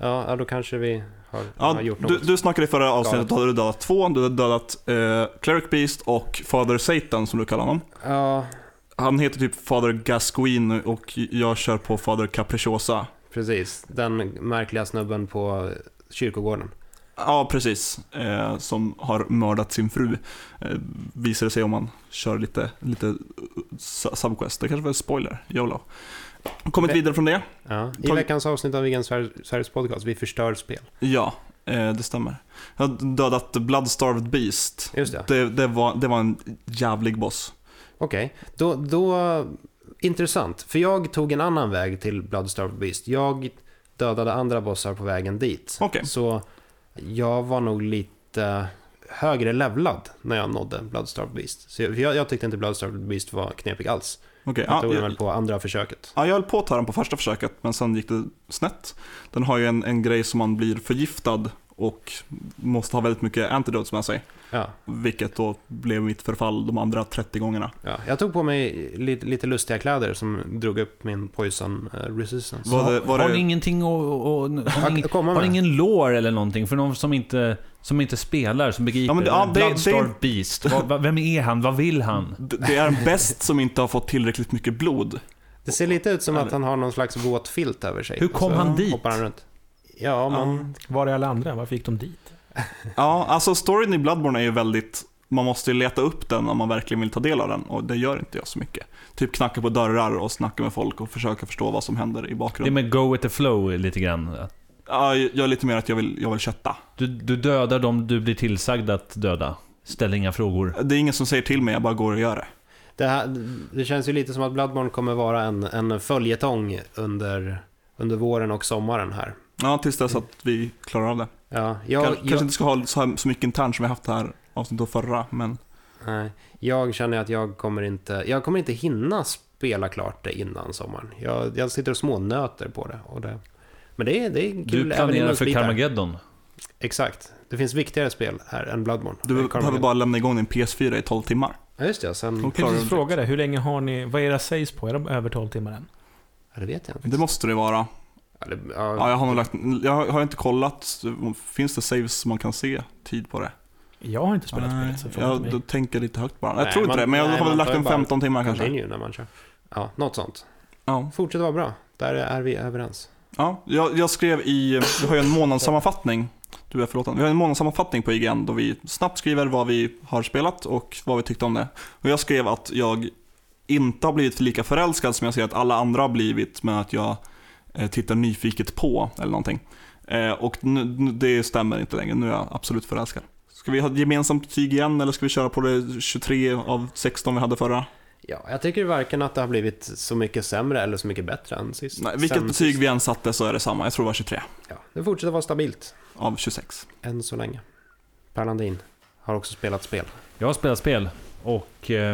Speaker 4: Ja, ja, då kanske vi har,
Speaker 3: Ja,
Speaker 4: har gjort
Speaker 3: du,
Speaker 4: något.
Speaker 3: du snackade i förra avsnittet, då hade du dödat två. Du hade dödat eh, Cleric Beast och Father Satan som du kallar honom.
Speaker 4: Ja,
Speaker 3: Han heter typ Father Gascoigne och jag kör på Father Capricciosa.
Speaker 4: precis. Den märkliga snubben på kyrkogården.
Speaker 3: Ja, precis. Eh, som har mördat sin fru. Eh, visar det sig om man kör lite, lite subquest. Det kanske var en spoiler. YOLO. Kommit
Speaker 4: Ve-
Speaker 3: vidare från det.
Speaker 4: Ja. I
Speaker 3: Tag-
Speaker 4: veckans avsnitt av Vegan Sveriges podcast, vi förstör spel.
Speaker 3: Ja, eh, det stämmer. Jag har dödat Bloodstarved Beast.
Speaker 4: Just det.
Speaker 3: Det, det, var, det var en jävlig boss.
Speaker 4: Okej, då, då... Intressant, för jag tog en annan väg till Bloodstarved Beast. Jag dödade andra bossar på vägen dit.
Speaker 3: Okej.
Speaker 4: Så jag var nog lite högre levlad när jag nådde Bloodstarved Beast. Så jag, för jag, jag tyckte inte Bloodstarved Beast var knepig alls.
Speaker 3: Okej,
Speaker 4: Jag
Speaker 3: ja,
Speaker 4: tog den
Speaker 3: jag,
Speaker 4: väl på andra försöket.
Speaker 3: ja, jag höll på att ta den på första försöket, men sen gick det snett. Den har ju en, en grej som man blir förgiftad och måste ha väldigt mycket antidotes med sig.
Speaker 4: Ja,
Speaker 3: Vilket då blev mitt förfall de andra trettio gångerna.
Speaker 4: ja. Jag tog på mig lite, lite lustiga kläder som drog upp min poison eh, resistance.
Speaker 3: Var det, var
Speaker 2: har
Speaker 3: det,
Speaker 2: ni ingenting och, och, och har, ni,
Speaker 4: Att komma
Speaker 2: har ni
Speaker 4: med.
Speaker 2: ingen lore eller någonting för någon som inte, som inte spelar, som begriper?
Speaker 3: Ja, men det- ja, det-
Speaker 2: Bloodstarved
Speaker 3: det-
Speaker 2: Beast. Vad- vad- vem är han? Vad vill han?
Speaker 3: det det är en bäst som inte har fått tillräckligt mycket blod.
Speaker 4: Det ser lite ut som att han har någon slags våt filt över sig.
Speaker 2: Hur kom
Speaker 4: Och så
Speaker 2: han dit?
Speaker 4: hoppar han runt. Ja, man...
Speaker 1: Var är alla andra? Varför gick de dit?
Speaker 3: Ja, alltså storyn i Bloodborne är ju väldigt... Man måste ju leta upp den om man verkligen vill ta del av den. Och det gör inte jag så mycket. Typ knacka på dörrar och snacka med folk och försöka förstå vad som händer i
Speaker 2: Det är
Speaker 3: bakgrunden.
Speaker 2: med go with the flow lite grann.
Speaker 3: Ja, jag är lite mer att jag vill, jag vill kötta.
Speaker 2: Du, du dödar dem du blir tillsagd att döda. Ställ inga frågor.
Speaker 3: Det är ingen som säger till mig, jag bara går och gör det.
Speaker 4: Det, här, det känns ju lite som att Bloodborne kommer vara en, en följetong under, under våren och sommaren här.
Speaker 3: Ja, tills dess att vi klarar av det.
Speaker 4: Ja, jag,
Speaker 3: Kans- Kanske
Speaker 4: jag,
Speaker 3: inte ska ha så, här, så mycket internt som vi haft här avsnittet förra, men...
Speaker 4: nej, jag känner att jag kommer inte jag kommer inte hinna spela klart det innan sommaren. Jag, jag sitter och smånöter på det. Och det men det är, det är kul.
Speaker 2: Du
Speaker 4: även i
Speaker 2: planerar för
Speaker 4: mörkbitar.
Speaker 2: Carmageddon.
Speaker 4: Exakt. Det finns viktigare spel här än Bloodborne.
Speaker 3: Du
Speaker 4: Carmageddon.
Speaker 3: behöver bara lämna igång din P S fyra i tolv timmar.
Speaker 4: Ja, just det. Sen...
Speaker 3: Och
Speaker 1: Jag
Speaker 3: klarar
Speaker 1: tänkte
Speaker 3: du det.
Speaker 1: fråga det, hur länge har ni, vad är era saves på? Är de över tolv timmar än?
Speaker 4: Ja, det vet jag inte.
Speaker 3: Det måste det vara.
Speaker 4: Ja, det,
Speaker 3: Ja,
Speaker 4: ja,
Speaker 3: jag har nog lagt... Jag har, har inte kollat. Finns det saves som man kan se tid på det?
Speaker 1: Jag har inte spelat
Speaker 3: Nej,
Speaker 1: spelet, så fråga
Speaker 3: jag
Speaker 1: mig.
Speaker 3: då tänker lite högt bara. Jag
Speaker 4: Nej,
Speaker 3: tror inte
Speaker 4: man-
Speaker 3: det, men jag
Speaker 4: nej,
Speaker 3: har väl
Speaker 4: man
Speaker 3: lagt
Speaker 4: tar ju
Speaker 3: en
Speaker 4: bara
Speaker 3: femton timmar kanske.
Speaker 4: continue när man kör. Ja, något sånt.
Speaker 3: Ja.
Speaker 4: Fortsätt vara bra. Där är vi överens.
Speaker 3: Ja, jag, jag skrev i... Vi har ju en månadssammanfattning. Du är förlåten. Vi har en månadssammanfattning på I G N då vi snabbt skriver vad vi har spelat och vad vi tyckte om det. Och jag skrev att jag inte har blivit lika förälskad som jag ser att alla andra har blivit, men att jag eh, tittar nyfiket på eller någonting. Eh, och nu, nu, det stämmer inte längre. Nu är jag absolut förälskad. Ska vi ha ett gemensamt betyg igen eller ska vi köra på det tjugotre av sexton vi hade förra?
Speaker 4: Ja, jag tycker varken att det har blivit så mycket sämre eller så mycket bättre än sist.
Speaker 3: Nej, vilket
Speaker 4: Sen
Speaker 3: betyg
Speaker 4: sist.
Speaker 3: vi än satte så är det samma. Jag tror det var tjugotre
Speaker 4: Ja, det fortsätter vara stabilt.
Speaker 3: av tjugosex.
Speaker 4: Än så länge. Per Landin har också spelat spel.
Speaker 2: Jag har spelat spel och eh,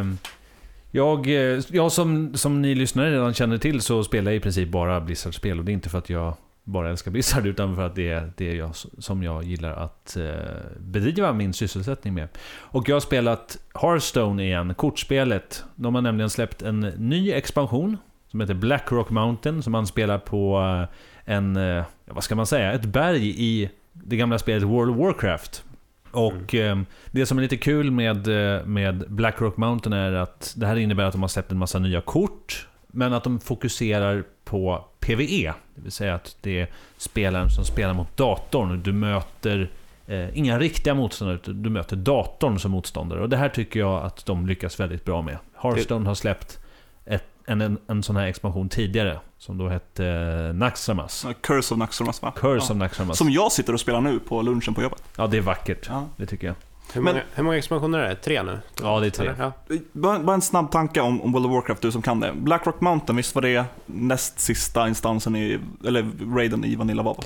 Speaker 2: jag, eh, jag som, som ni lyssnare redan känner till så spelar jag i princip bara Blizzard-spel och det är inte för att jag bara älskar Blizzard utan för att det är det jag, som jag gillar att eh, bedriva min sysselsättning med. Och jag har spelat Hearthstone igen, kortspelet. De har nämligen släppt en ny expansion som heter Blackrock Mountain som man spelar på eh, en, eh, vad ska man säga, ett berg i det gamla spelet World of Warcraft. Och eh, det som är lite kul med, eh, med Blackrock Mountain är att det här innebär att de har släppt en massa nya kort men att de fokuserar på PvE, det vill säga att det är spelaren som spelar mot datorn. Du möter eh, inga riktiga motståndare utan du möter datorn som motståndare och det här tycker jag att de lyckas väldigt bra med. Hearthstone har släppt ett, en, en, en sån här expansion tidigare som då hette eh, Naxxramas.
Speaker 3: Curse of Naxxramas, va?
Speaker 2: Curse
Speaker 3: Ja.
Speaker 2: of Naxxramas.
Speaker 3: Som jag sitter och spelar nu på lunchen på jobbet.
Speaker 2: Ja, det är vackert.
Speaker 3: Ja.
Speaker 2: Det tycker jag.
Speaker 4: Hur,
Speaker 3: Men-
Speaker 4: många, hur många expansioner är det? Tre nu?
Speaker 2: Ja, det är tre.
Speaker 4: Eller? Ja.
Speaker 3: Bara, bara en snabb tanke om, om World of Warcraft, du som kan det. Blackrock Mountain, visst var det näst sista instansen i, eller raiden i Vanilla WoW?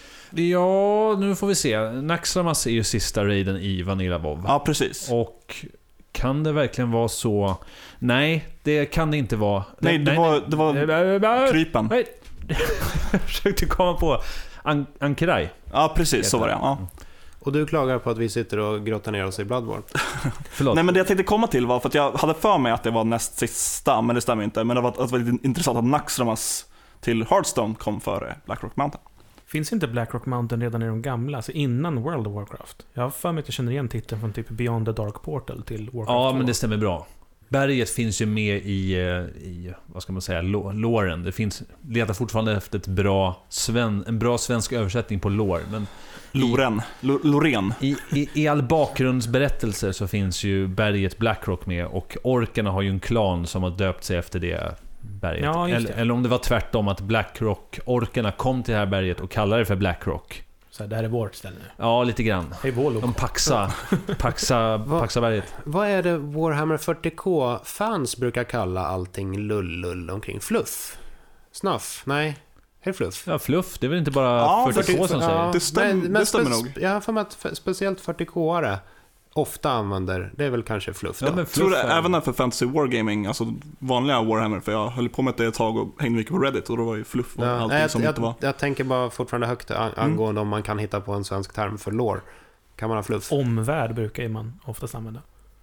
Speaker 2: Ja, nu får vi se. Naxxramas är ju sista raiden i Vanilla WoW.
Speaker 3: Ja, precis.
Speaker 2: Och kan det verkligen vara så? Nej, det kan det inte vara.
Speaker 3: Nej, det var, det var
Speaker 2: var
Speaker 3: krypen.
Speaker 2: Nej, jag försökte komma på An- Ankerai.
Speaker 3: Ja, precis, så var det. Ja.
Speaker 4: Och du klagar på att vi sitter och grottar ner oss i Bloodborne.
Speaker 2: Förlåt.
Speaker 3: Nej, men det jag tänkte komma till var för att jag hade för mig att det var näst sista, men det stämmer inte. Men det var, att det var lite intressant att Naxxramas till Hearthstone kom före Blackrock Mountain.
Speaker 1: Finns inte Blackrock Mountain redan i de gamla, alltså innan World of Warcraft? Jag har för mig att jag känner igen titeln från typ Beyond the Dark Portal till Warcraft
Speaker 2: Ja,
Speaker 1: två.
Speaker 2: men det stämmer bra. Berget finns ju med i, i vad ska man säga, låren. Det finns, letar fortfarande efter ett bra sven, en bra svensk översättning på lår. Men
Speaker 3: Loren. Loreen.
Speaker 2: I, i, I all bakgrundsberättelse så finns ju berget Blackrock med, och orkerna har ju en klan som har döpt sig efter det berget.
Speaker 1: Ja, just det.
Speaker 2: Eller, eller om det var tvärtom, att Blackrock-orkerna kom till det här berget och kallade det för Blackrock.
Speaker 1: Så här, det här är vårt ställe nu.
Speaker 2: Ja, lite grann.
Speaker 1: Hej, Volo.
Speaker 2: De paxa, paxa, paxa berget.
Speaker 4: Vad är det Warhammer fyrtio K-fans brukar kalla allting lull-lull omkring? Fluff? Snuff? Nej, helt fluff.
Speaker 2: Ja, fluff. Det är väl inte bara
Speaker 3: Ja,
Speaker 2: fyrtio K som
Speaker 3: ja.
Speaker 2: säger.
Speaker 3: Det stäm- det stämmer nog.
Speaker 4: Jag har för mig att speciellt fyrtio K-are ofta använder, det är väl kanske fluff då.
Speaker 2: Ja, men
Speaker 3: Jag tror det
Speaker 2: fluff är-
Speaker 3: även för Fantasy Wargaming, alltså vanliga Warhammer, för jag höll på med det ett tag och hängde mycket på Reddit och då var ju fluff och
Speaker 4: Ja,
Speaker 3: allting
Speaker 4: nej, jag,
Speaker 3: som
Speaker 4: jag,
Speaker 3: inte var.
Speaker 4: jag tänker bara fortfarande högt an- angående om man kan hitta på en svensk term för lore. Kan man ha fluff?
Speaker 1: Omvärld brukar ju man oftast använda.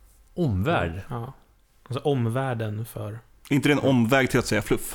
Speaker 2: Omvärld.
Speaker 1: Ja. Alltså omvärlden för...
Speaker 3: Inte det en omväg till att säga fluff?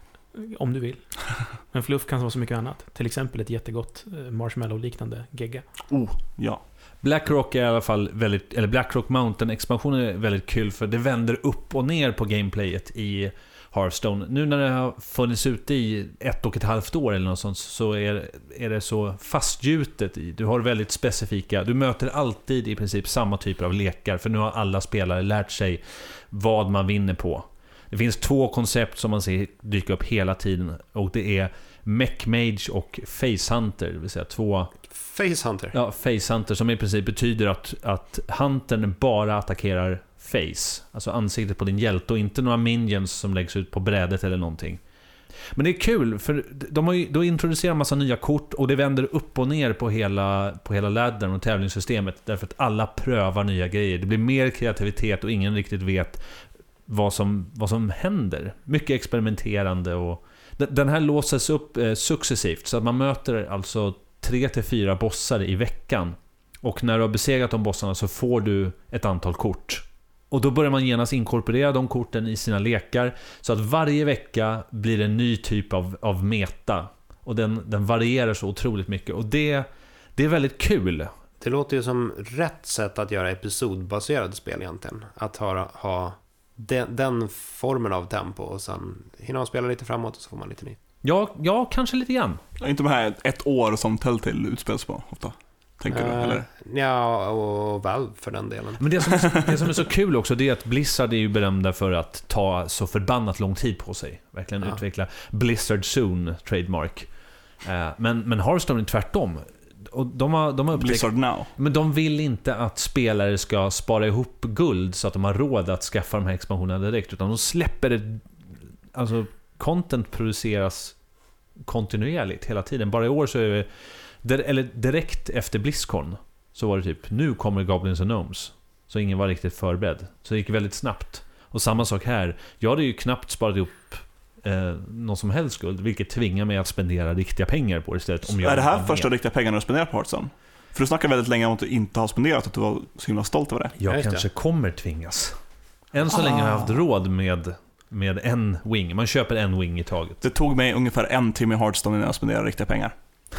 Speaker 1: Om du vill. Men fluff kan vara så mycket annat. Till exempel ett jättegott eh, marshmallow-liknande gegga.
Speaker 3: Oh, ja.
Speaker 2: Blackrock är i alla fall väldigt, eller Blackrock Mountain-expansionen är väldigt kul, för det vänder upp och ner på gameplayet i Hearthstone. Nu när det har funnits ute i ett och ett halvt år eller något sånt, så är, är det så fastgjutet i. Du har väldigt specifika, du möter alltid i princip samma typer av lekar, för nu har alla spelare lärt sig vad man vinner på. Det finns två koncept som man ser dyka upp hela tiden, och det är Mech Mage och Face Hunter, det vill säga två
Speaker 4: Face Hunter.
Speaker 2: Ja, Face Hunter, som i princip betyder att, att huntern bara attackerar face, alltså ansiktet på din hjälte, och inte några minions som läggs ut på brädet eller någonting. Men det är kul, för de har ju, då introducerar en massa nya kort, och det vänder upp och ner på hela, på hela laddern och tävlingssystemet, därför att alla prövar nya grejer. Det blir mer kreativitet och ingen riktigt vet vad som, vad som händer. Mycket experimenterande, och den här låses upp eh, successivt, så att man möter alltså tre till fyra bossar i veckan, och när du har besegrat de bossarna så får du ett antal kort, och då börjar man genast inkorporera de korten i sina lekar, så att varje vecka blir en ny typ av, av meta, och den, den varierar så otroligt mycket, och det, det är väldigt kul.
Speaker 4: Det låter ju som rätt sätt att göra episodbaserade spel egentligen. Att ha, ha den, den formen av tempo, och sen hinner man spela lite framåt och så får man lite nytt.
Speaker 2: Ja, ja, kanske lite grann.
Speaker 3: Inte de här ett år som Telltale utspelas på ofta, tänker du,
Speaker 4: Eh,
Speaker 3: eller?
Speaker 4: Ja, och Valve för den delen.
Speaker 2: Men det som, är, det som är så kul också, det är att Blizzard är ju berömda för att ta så förbannat lång tid på sig. Verkligen
Speaker 4: Ja.
Speaker 2: utveckla Blizzard Soon trademark. Eh, Men, men Hearthstone är tvärtom. Och de har, de har upptäckt,
Speaker 3: Blizzard Now.
Speaker 2: men de vill inte att spelare ska spara ihop guld så att de har råd att skaffa de här expansionerna direkt, utan de släpper det, alltså content produceras kontinuerligt hela tiden. Bara i år så är det, eller direkt efter BlizzCon så var det typ, nu kommer Goblins and Gnomes, så ingen var riktigt förberedd, så det gick väldigt snabbt. Och samma sak här, jag hade ju knappt sparat ihop eh, någon som helst guld, vilket tvingar mig att spendera riktiga pengar på det istället. Om jag
Speaker 3: Är det här
Speaker 2: har
Speaker 3: första
Speaker 2: med.
Speaker 3: riktiga pengarna du spenderar på Hearthstone? För du snackar väldigt länge om att du inte har spenderat, att du var så himla stolt över det.
Speaker 2: Jag
Speaker 4: Ja, just
Speaker 2: kanske
Speaker 4: det.
Speaker 2: kommer tvingas. Än så länge har jag haft råd med, med en wing. Man köper en wing i taget.
Speaker 3: Det tog mig ungefär en timme i Hearthstone innan jag spenderade riktiga pengar.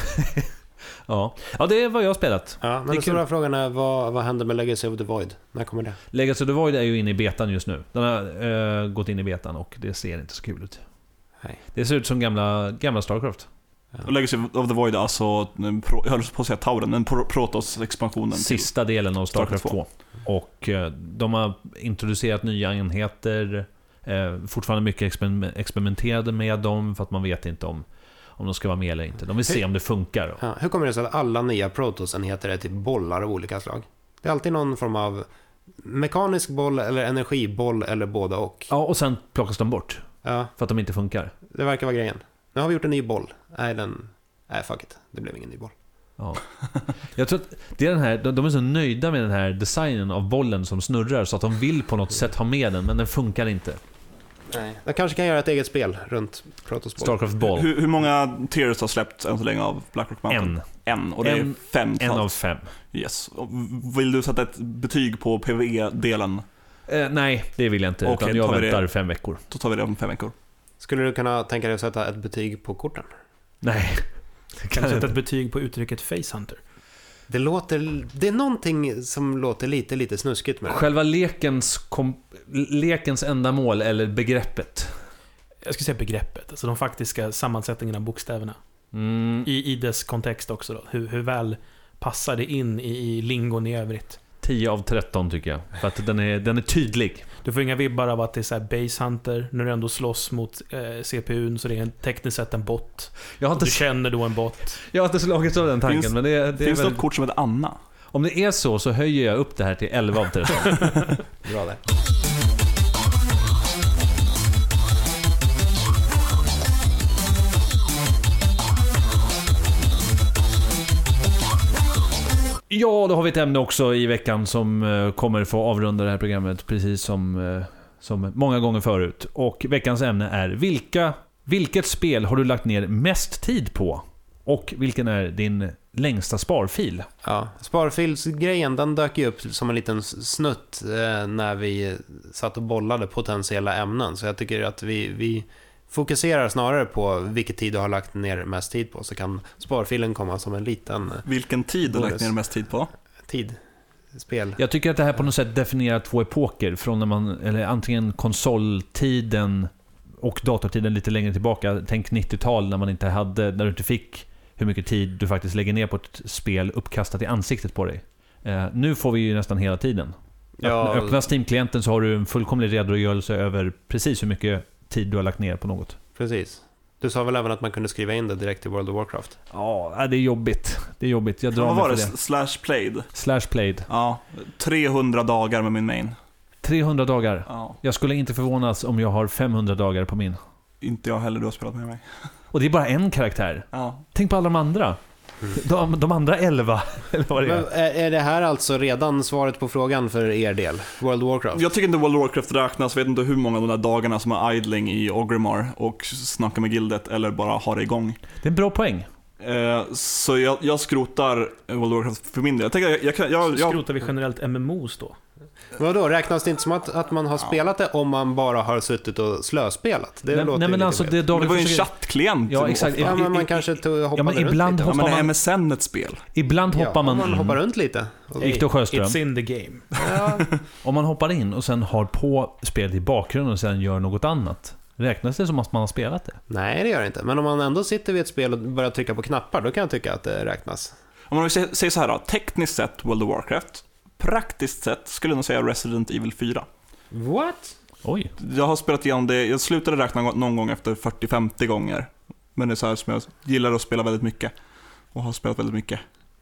Speaker 2: Ja, ja det är vad jag har spelat.
Speaker 4: Ja,
Speaker 2: Det är
Speaker 4: men den
Speaker 2: kul.
Speaker 4: stora frågan är, vad, vad händer med Legacy of the Void? När kommer det?
Speaker 2: Legacy of the Void är ju inne i betan just nu. Den har uh, gått in i betan och det ser inte så kul ut.
Speaker 4: Nej.
Speaker 2: Det ser ut som gamla, gamla Starcraft.
Speaker 3: Och Legacy of the Void är alltså, jag höll på att säga Tauren, men Protoss-expansionen. till-
Speaker 2: Sista delen av Starcraft
Speaker 3: Starcraft
Speaker 2: två. Och uh, de har introducerat nya enheter. Uh, fortfarande mycket exper- experimenterade med dem, för att man vet inte om om de ska vara med eller inte. De vill se om det funkar.
Speaker 4: Ja, hur kommer det sig att alla nya Protoss-enheter är typ bollar av olika slag? Det är alltid någon form av mekanisk boll eller energiboll eller båda och.
Speaker 2: Ja, och sen plockas de bort
Speaker 4: Ja,
Speaker 2: för att de inte funkar.
Speaker 4: det verkar vara grejen. Nu har vi gjort en ny boll. Nej, den... Nej, fuck it. Det blev ingen ny boll.
Speaker 2: Ja. Jag tror att det är den här, de de är så nöjda med den här designen av bollen som snurrar, så att de vill på något sätt ha med den, men den funkar inte.
Speaker 4: Nej. Jag kanske kan göra ett eget spel runt Protoss boll.
Speaker 2: Starcraft Ball.
Speaker 3: Hur, hur många tiers har släppts än så länge av Blackrock Mountain?
Speaker 2: En.
Speaker 3: En, och det är
Speaker 2: En-
Speaker 3: fem
Speaker 2: En
Speaker 3: totalt.
Speaker 2: av fem.
Speaker 3: Yes. Och vill du sätta ett betyg på PvE-delen?
Speaker 2: Eh, nej, det vill jag inte.
Speaker 3: Okej,
Speaker 2: utan jag
Speaker 3: tar vi det.
Speaker 2: väntar fem veckor.
Speaker 3: Då tar vi det om fem veckor.
Speaker 4: Skulle du kunna tänka dig att sätta ett betyg på korten?
Speaker 2: Nej.
Speaker 1: Kan du sätta ett betyg på uttrycket Facehunter?
Speaker 4: Det låter... Det är någonting som låter lite, lite snuskigt med det.
Speaker 2: Själva lekens, kom, lekens ändamål eller begreppet?
Speaker 1: Jag skulle säga begreppet, alltså de faktiska sammansättningarna av bokstäverna.
Speaker 2: Mm.
Speaker 1: I, I dess kontext också då. Hur, hur väl passar det in i, i lingon i övrigt?
Speaker 2: tio av tretton tycker jag. För att den är, den är tydlig.
Speaker 1: Du får inga vibbar av att det är så här base hunter när du ändå slåss mot eh, C P U:n, så det är en, tekniskt sett en bot.
Speaker 2: Jag har inte,
Speaker 1: Du känner då en bot.
Speaker 2: jag har inte slagit av den tanken.
Speaker 3: Finns-
Speaker 2: men det, är- det är
Speaker 3: Finns det
Speaker 2: väl,
Speaker 3: ett kort som heter Anna?
Speaker 2: om det är så så höjer jag upp det här till elva av tretton.
Speaker 4: Bra det.
Speaker 2: Ja, då har vi ett ämne också i veckan som eh, kommer få avrunda det här programmet precis som, eh, som många gånger förut. Och veckans ämne är vilka, vilket spel har du lagt ner mest tid på? Och vilken är din längsta sparfil?
Speaker 4: Ja, sparfilsgrejen, den dök ju upp som en liten snutt eh, när vi satt och bollade potentiella ämnen. Så jag tycker att vi, vi fokuserar snarare på vilket tid du har lagt ner mest tid på, så kan sparfilen komma som en liten eh,
Speaker 3: Vilken tid du har lagt ner mest tid på?
Speaker 4: tid. Spel.
Speaker 2: Jag tycker att det här på något sätt definierar två epoker från när man, eller antingen konsoltiden och datortiden lite längre tillbaka. Tänk nittiotal när man inte hade, när du inte fick hur mycket tid du faktiskt lägger ner på ett spel uppkastat i ansiktet på dig. Eh, nu får vi ju nästan hela tiden.
Speaker 4: Ja.
Speaker 2: Öppna, öppna Steam-klienten så har du en fullkomlig redogörelse över precis hur mycket tid du har lagt ner på något.
Speaker 4: Precis. Du sa väl även att man kunde skriva in det direkt i World of Warcraft?
Speaker 2: Ja, det är jobbigt. Det är jobbigt. Jag drar
Speaker 3: Ja, vad
Speaker 2: mig
Speaker 3: var
Speaker 2: för
Speaker 3: det?
Speaker 2: det.
Speaker 3: Slash played?
Speaker 2: Slash played.
Speaker 3: Ja, trehundra dagar med min main.
Speaker 2: trehundra dagar.
Speaker 3: Ja,
Speaker 2: Jag skulle inte förvånas om jag har femhundra dagar på min.
Speaker 3: inte jag heller, du har spelat med mig.
Speaker 2: Och det är bara en karaktär.
Speaker 3: Ja.
Speaker 2: Tänk på alla de andra. De, de andra elva. Eller vad det är.
Speaker 4: Men är, är det här alltså redan svaret på frågan för er del? World of Warcraft?
Speaker 3: Jag tycker inte World of Warcraft räknas, vet inte hur många av de där dagarna som är idling i Orgrimmar och snackar med gildet eller bara har det igång.
Speaker 2: Det är en bra poäng.
Speaker 3: Eh, så jag, jag skrotar World of Warcraft för min del. Jag tänker, jag, jag, kan- jag, jag,
Speaker 1: Skrotar vi generellt M M Os då?
Speaker 4: Vadå, räknas det inte som att, att man har spelat det om man bara har suttit och slöspelat? Det
Speaker 2: Nej,
Speaker 4: låter
Speaker 2: nej
Speaker 4: ju
Speaker 2: men
Speaker 4: lite
Speaker 2: alltså
Speaker 4: mer.
Speaker 2: det
Speaker 3: det
Speaker 2: David
Speaker 3: var ju en
Speaker 2: försöker-
Speaker 3: chattklient.
Speaker 2: Ja, exakt.
Speaker 3: ofta.
Speaker 4: Ja, men man
Speaker 2: I-
Speaker 4: kanske tog, hoppade
Speaker 2: Ja, men
Speaker 4: runt
Speaker 2: ibland
Speaker 4: lite.
Speaker 3: Ja,
Speaker 2: hoppar
Speaker 3: men är
Speaker 2: man-
Speaker 3: M S N ett spel?
Speaker 2: Ibland
Speaker 4: Ja,
Speaker 2: hoppar man,
Speaker 4: om man hoppar runt lite. Och-
Speaker 2: Viktor Sjöström.
Speaker 1: It's in the game.
Speaker 4: Ja,
Speaker 2: Om man hoppar in och sen har på spelet i bakgrunden och sen gör något annat. Räknas det som att man har spelat det?
Speaker 4: nej, det gör det inte. Men om man ändå sitter vid ett spel och börjar trycka på knappar, då kan jag tycka att det räknas.
Speaker 3: Om man säger säger så här då, tekniskt sett World of Warcraft, praktiskt sett skulle jag nog säga Resident Evil fyra.
Speaker 4: What?
Speaker 2: Oj.
Speaker 3: Jag har spelat igenom det, jag slutade räkna någon gång efter fyrtio femtio gånger. Men det är så här som jag gillar att spela väldigt mycket. Och har spelat väldigt mycket.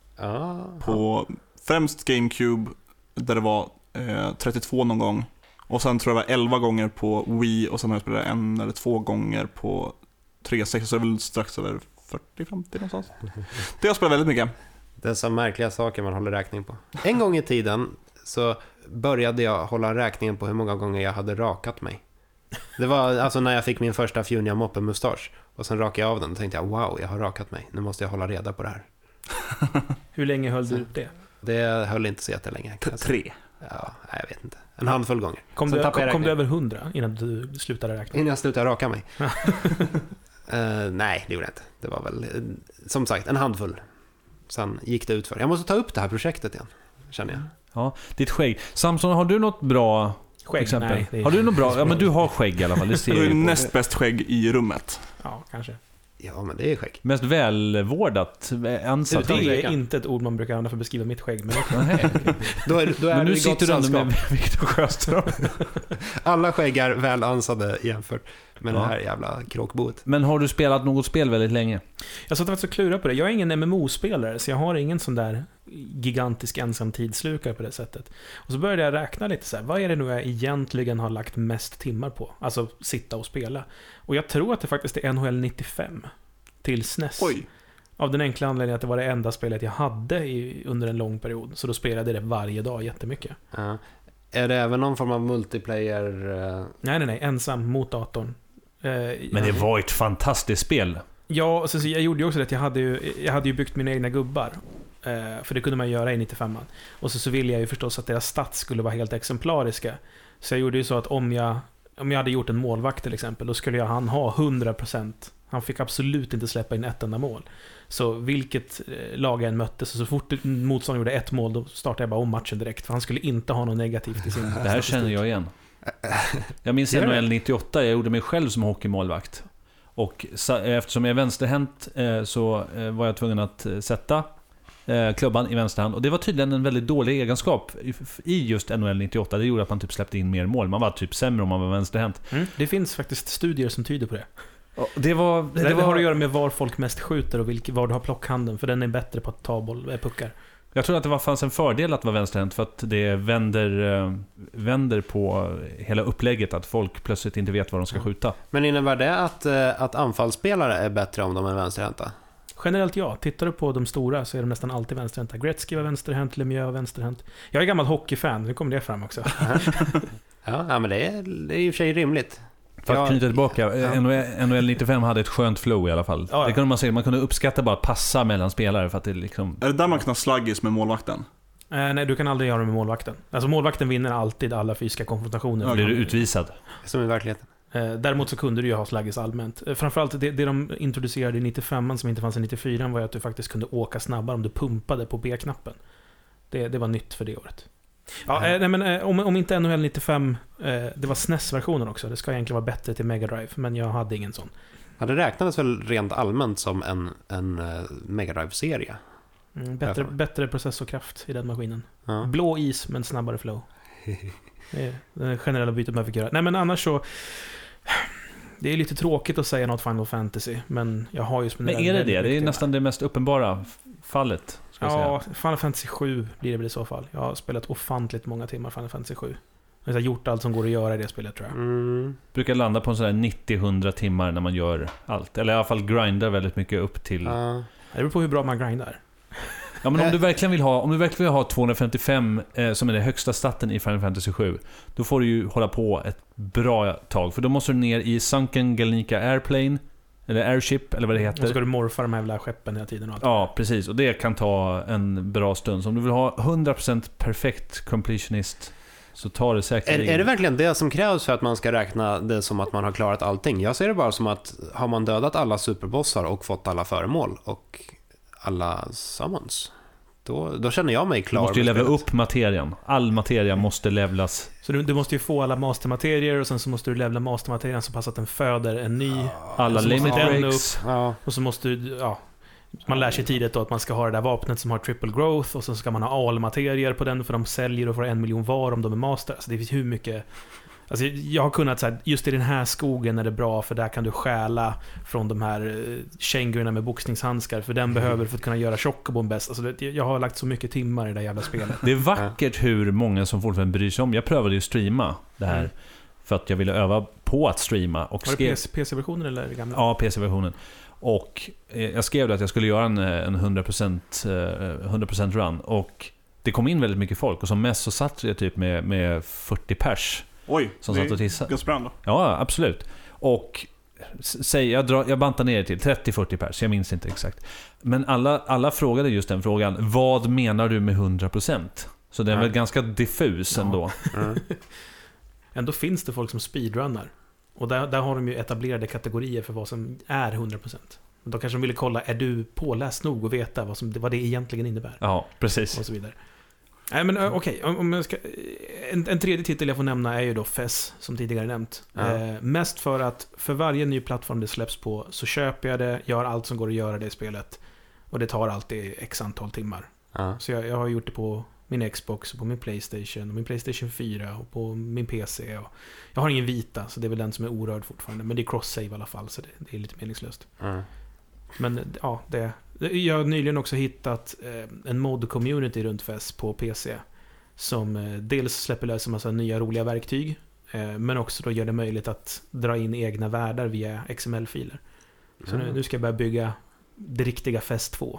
Speaker 4: Ja.
Speaker 3: På främst GameCube, där det var eh, trettiotvå någon gång. Och sen tror jag det var elva gånger på Wii. Och sen har jag spelat en eller två gånger på trehundrasextio, så är det väl strax över fyrtio femtio någonstans. Det har jag spelat väldigt mycket.
Speaker 4: Dessa märkliga saker man håller räkning på. En gång i tiden så började jag hålla räkningen på hur många gånger jag hade rakat mig. Det var alltså när jag fick min första Funia Moppe-mustasch. Och sen rakade jag av den och tänkte jag, wow, jag har rakat mig. Nu måste jag hålla reda på det här.
Speaker 1: Hur länge höll du det?
Speaker 4: Det höll inte så jättelänge. kan jag säga.
Speaker 3: Tre.
Speaker 4: Ja, nej, jag vet inte. En handfull gånger.
Speaker 1: Kom,
Speaker 4: Sen
Speaker 1: du,
Speaker 4: tappade jag
Speaker 1: kom, kom du
Speaker 4: räkningen.
Speaker 1: över hundra innan du slutade räkna?
Speaker 4: Innan jag slutade raka mig. uh, nej, det gjorde jag inte. Det var väl, eh, som sagt, en handfull. Sen gick det ut för. Jag måste ta upp det här projektet igen, känner jag.
Speaker 2: Ja, ditt skägg. Samson, har du något bra
Speaker 1: Skägg?
Speaker 2: exempel?
Speaker 1: Nej, det är-
Speaker 2: Har du något bra? Ja, men du har skägg i alla fall. Det ser
Speaker 3: Du är
Speaker 2: jag
Speaker 3: ju
Speaker 2: ju på.
Speaker 3: näst bäst skägg i rummet.
Speaker 1: Ja, kanske.
Speaker 4: Ja, men det är skägg.
Speaker 2: Mest välvårdat, ansatt.
Speaker 1: Det, det är
Speaker 4: tvekan.
Speaker 1: inte ett ord man brukar använda för att beskriva mitt skägg. Men
Speaker 2: Nej.
Speaker 4: Då är, då är
Speaker 2: Men
Speaker 4: du
Speaker 2: nu
Speaker 4: i gott
Speaker 2: sitter du ändå
Speaker 4: sällskap.
Speaker 2: med Viktor Sjöström.
Speaker 4: Alla skägg är väl ansade jämfört med
Speaker 2: Ja.
Speaker 4: det här jävla kråkboet.
Speaker 2: Men har du spelat något spel väldigt länge?
Speaker 1: jag satt faktiskt och klura på det. Jag är ingen M M O-spelare, så jag har ingen sån där gigantisk ensam tidslukare på det sättet. Och så började jag räkna lite så här, vad är det nu jag egentligen har lagt mest timmar på? Alltså sitta och spela. Och jag tror att det faktiskt är N H L nittiofem till S N E S.
Speaker 3: Oj.
Speaker 1: Av den enkla anledningen att det var det enda spelet jag hade i, under en lång period. Så då spelade jag det varje dag jättemycket.
Speaker 4: Ja. Är det även någon form av multiplayer? eh,
Speaker 1: Nej, nej, nej. Ensam mot datorn. Eh,
Speaker 2: Men det var ett fantastiskt spel.
Speaker 1: Ja, och sen så jag gjorde ju också det att jag hade ju, jag hade ju byggt mina egna gubbar. Eh, för det kunde man göra i nittiofem. Och så, så ville jag ju förstås att deras stats skulle vara helt exemplariska. Så jag gjorde ju så att om jag, om jag hade gjort en målvakt till exempel, då skulle jag han ha hundra procent Han fick absolut inte släppa in ett enda mål. Så vilket eh, lag jag än mötte, så, så fort motståndaren gjorde ett mål, då startade jag bara om matchen direkt. För han skulle inte ha något negativt i sin
Speaker 2: Det här
Speaker 1: statistik.
Speaker 2: känner jag igen. Jag minns N H L nittioåtta, jag gjorde mig själv som hockeymålvakt. Och eftersom jag är vänsterhänt så var jag tvungen att sätta klubban i vänsterhand. Och det var tydligen en väldigt dålig egenskap i just N H L nittioåtta. Det gjorde att man typ släppte in mer mål. Man var typ sämre om man var vänsterhänt.
Speaker 1: Mm. Det finns faktiskt studier som tyder på det.
Speaker 2: Det, var, det,
Speaker 1: det,
Speaker 2: det var...
Speaker 1: har att göra med var folk mest skjuter och vilk, var du har plockhanden. För den är bättre på att ta boll, äh, puckar.
Speaker 2: Jag tror att det var, fanns en fördel att vara vänsterhänt för att det vänder, vänder på hela upplägget, att folk plötsligt inte vet vad de ska skjuta.
Speaker 4: Men innebär det att, att anfallsspelare är bättre om de är vänsterhänta?
Speaker 1: Generellt ja. Tittar du på de stora så är de nästan alltid vänsterhänta. Gretzky var vänsterhänt, Lemieux var vänsterhänt. Jag är gammal hockeyfan, nu kommer det fram också.
Speaker 4: Ja, men det är, det är i och för sig rimligt.
Speaker 2: För att knyta tillbaka, ja. N H L nittiofem hade ett skönt flow i alla fall. Ja, ja. Det kunde man säga, man kunde uppskatta bara att passa mellan spelare för att det liksom...
Speaker 3: Är det där man kan ha slaggis med målvakten?
Speaker 1: Eh, nej, du kan aldrig göra det med målvakten. Alltså målvakten vinner alltid alla fysiska konfrontationer.
Speaker 2: Då blir du utvisad.
Speaker 4: Som i verkligheten.
Speaker 1: Eh, däremot så kunde du ju ha slaggis allmänt. Eh, framförallt det, det de introducerade i nittiofem som inte fanns i nittiofyra var ju att du faktiskt kunde åka snabbare om du pumpade på B-knappen. Det, det var nytt för det året. Ja, eh, nej, men, eh, om, om inte N H L nittiofem, eh, det var S N E S-versionen också. Det ska egentligen vara bättre till Mega Drive, men jag hade ingen sån.
Speaker 4: Ja, det räknades väl rent allmänt som en, en uh, Mega Drive-serie.
Speaker 1: Mm, bättre, bättre processorkraft i den maskinen.
Speaker 4: Ja.
Speaker 1: Blå is, men snabbare flow. Det är det generella bytet man fick göra. Nej, men annars så... Det är lite tråkigt att säga något Final Fantasy, men jag har ju...
Speaker 2: Men är det det? Det är nästan det mest uppenbara fallet.
Speaker 1: Ja, Final Fantasy sju blir det väl i så fall. Jag har spelat ofantligt många timmar Final Fantasy sju. Jag har gjort allt som går att göra i det spelet, tror jag.
Speaker 4: Mm.
Speaker 2: Brukar landa på en sån där nittio till hundra timmar när man gör allt. Eller i alla fall grindar väldigt mycket upp till...
Speaker 4: Uh.
Speaker 1: Det beror på hur bra man grindar.
Speaker 2: Ja, men om du verkligen vill ha, om du verkligen vill ha tvåhundrafemtiofem eh, som är det högsta staten i Final Fantasy sju, då får du ju hålla på ett bra tag. För då måste du ner i Sunken Galnica Airplane, eller Airship, eller vad det heter.
Speaker 1: Och så ska du morfa de här jävla skeppen hela tiden och allt.
Speaker 2: Ja, precis. Och det kan ta en bra stund. Så om du vill ha hundra procent perfekt completionist, så tar det säkert...
Speaker 4: Är, är det verkligen det som krävs för att man ska räkna det som att man har klarat allting? Jag ser det bara som att har man dödat alla superbossar och fått alla föremål och alla summons, då, då känner jag mig klar.
Speaker 2: Du måste ju levla upp materian. All materia måste levlas.
Speaker 1: Så du, du måste ju få alla mastermaterier, och sen så måste du levla mastermaterien så pass att den föder en ny.
Speaker 2: Alla limit breaks.
Speaker 1: Ja. Och så måste du... Ja, man lär sig tidigt då att man ska ha det där vapnet som har triple growth, och så ska man ha all-materier på den, för de säljer och får en miljon var om de är master. Alltså det finns hur mycket... Alltså jag har kunnat säga just i den här skogen är det bra, för där kan du stjäla från de här kängurorna med boxningshandskar, för den mm. behöver för att kunna göra chocobon bäst. Alltså det, jag har lagt så mycket timmar i det där jävla spelet.
Speaker 2: Det är vackert hur många som fortfarande bryr sig om. Jag prövade ju streama det här mm. för att jag ville öva på att streama. Och
Speaker 1: var
Speaker 2: skrev...
Speaker 1: det P C-versionen eller gamla?
Speaker 2: Ja, P C-versionen. Och jag skrev att jag skulle göra en, en hundra procent run, och det kom in väldigt mycket folk, och som mest så satt jag typ med, med fyrtio pers.
Speaker 3: Oj,
Speaker 2: som satt och tissade.
Speaker 3: Ganska bra då.
Speaker 2: Ja, absolut. Och säg, jag, drar, jag bantar ner det till trettio till fyrtio pers, jag minns inte exakt. Men alla, alla frågade just den frågan: vad menar du med hundra procent? Så den är
Speaker 1: mm.
Speaker 2: väl ganska diffus ändå.
Speaker 1: Mm. Ändå finns det folk som speedrunnar. Och där, där har de ju etablerade kategorier för vad som är hundra procent. Då kanske de ville kolla, är du påläst nog och veta vad, som, vad det egentligen innebär?
Speaker 2: Ja, precis.
Speaker 1: Och så vidare. Nej, men okej, okay. om jag ska, en, en tredje titel jag får nämna är ju då F E S, som tidigare nämnt. Ja. Eh, mest för att för varje ny plattform det släpps på så köper jag det, gör allt som går att göra det i spelet. Och det tar alltid x antal timmar.
Speaker 4: Ja.
Speaker 1: Så jag, jag har gjort det på min Xbox, och på min Playstation, och min Playstation fyra, och på min P C. Och jag har ingen Vita, så det är väl den som är orörd fortfarande. Men det är cross-save i alla fall, så det, det är lite meningslöst.
Speaker 4: Mm.
Speaker 1: Men ja, det... Jag har nyligen också hittat eh, en mod-community runt F E S på P C. Som eh, dels släpper lösa en massa nya roliga verktyg. Eh, men också då gör det möjligt att dra in egna världar via X M L-filer. Så mm. nu, nu ska jag börja bygga det riktiga F E S två.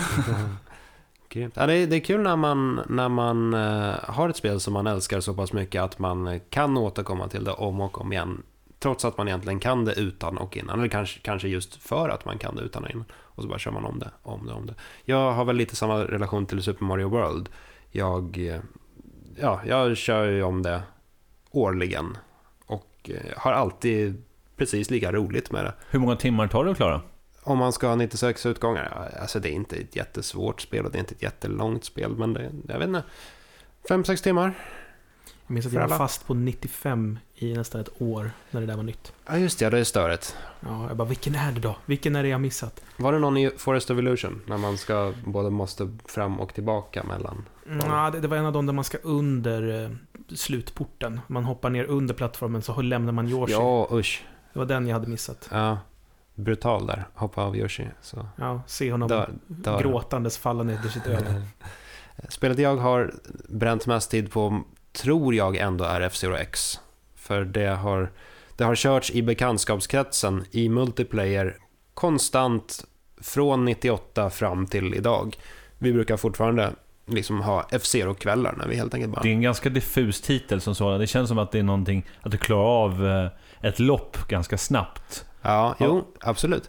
Speaker 4: Ja, det, är, det är kul när man, när man uh, har ett spel som man älskar så pass mycket att man kan återkomma till det om och om igen. Trots att man egentligen kan det utan och innan. Eller kanske, kanske just för att man kan det utan och innan. Och så bara kör man om det, om det, om det. Jag har väl lite samma relation till Super Mario World. Jag, ja, jag kör ju om det årligen. Och har alltid precis lika roligt med det.
Speaker 2: Hur många timmar tar det att klara?
Speaker 4: Om man ska ha nittiosex utgångar, alltså det är inte ett jättesvårt spel och det är inte ett jättelångt spel, men det, jag vet inte, fem sex timmar.
Speaker 1: Jag minns att jag var fast på nittiofem i nästan ett år när det där var nytt.
Speaker 4: Ja just det, det är störet.
Speaker 1: Ja, jag bara, vilken är det då? Vilken är det jag missat?
Speaker 4: Var det någon i Forest of Illusion när man ska både måste fram och tillbaka mellan?
Speaker 1: Ja, det, det var en av dem där man ska under eh, slutporten. Man hoppar ner under plattformen så lämnar man Yoshi.
Speaker 4: Ja, usch.
Speaker 1: Det var den jag hade missat.
Speaker 4: Ja, brutal där. Hoppa av Yoshi. Så.
Speaker 1: Ja, se honom
Speaker 4: Dör, dör.
Speaker 1: gråtandes falla ner till sitt öde.
Speaker 4: Spelet jag har bränt mest tid på tror jag ändå är F-Zero X. För det har, det har körts i bekantskapskretsen i multiplayer konstant från nittioåtta fram till idag. Vi brukar fortfarande liksom ha F-Zero-kvällar när vi helt enkelt bara...
Speaker 2: Det är en ganska diffus titel som sådan. Det känns som att det är någonting att du klarar av ett lopp ganska snabbt.
Speaker 4: Ja, jo, absolut.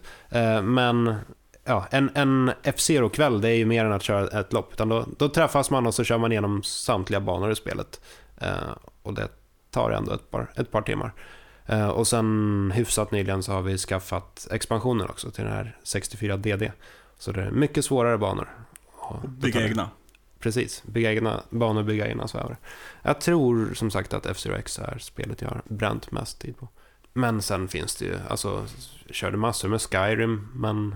Speaker 4: Men ja, en, en F-Zero-kväll, det är ju mer än att köra ett lopp. Utan då, då träffas man och så kör man igenom samtliga banor i spelet. Och det tar ändå ett par, ett par timmar. Och sen hyfsat nyligen så har vi skaffat expansionen också till den här sextiofyra D D. Så det är mycket svårare banor.
Speaker 3: Och bygga egna.
Speaker 4: Precis, bygga egna banor, bygga egna svävare. Jag tror som sagt att F-Zero X är spelet jag har bränt mest tid på. Men sen finns det ju, alltså, körde massor med Skyrim, men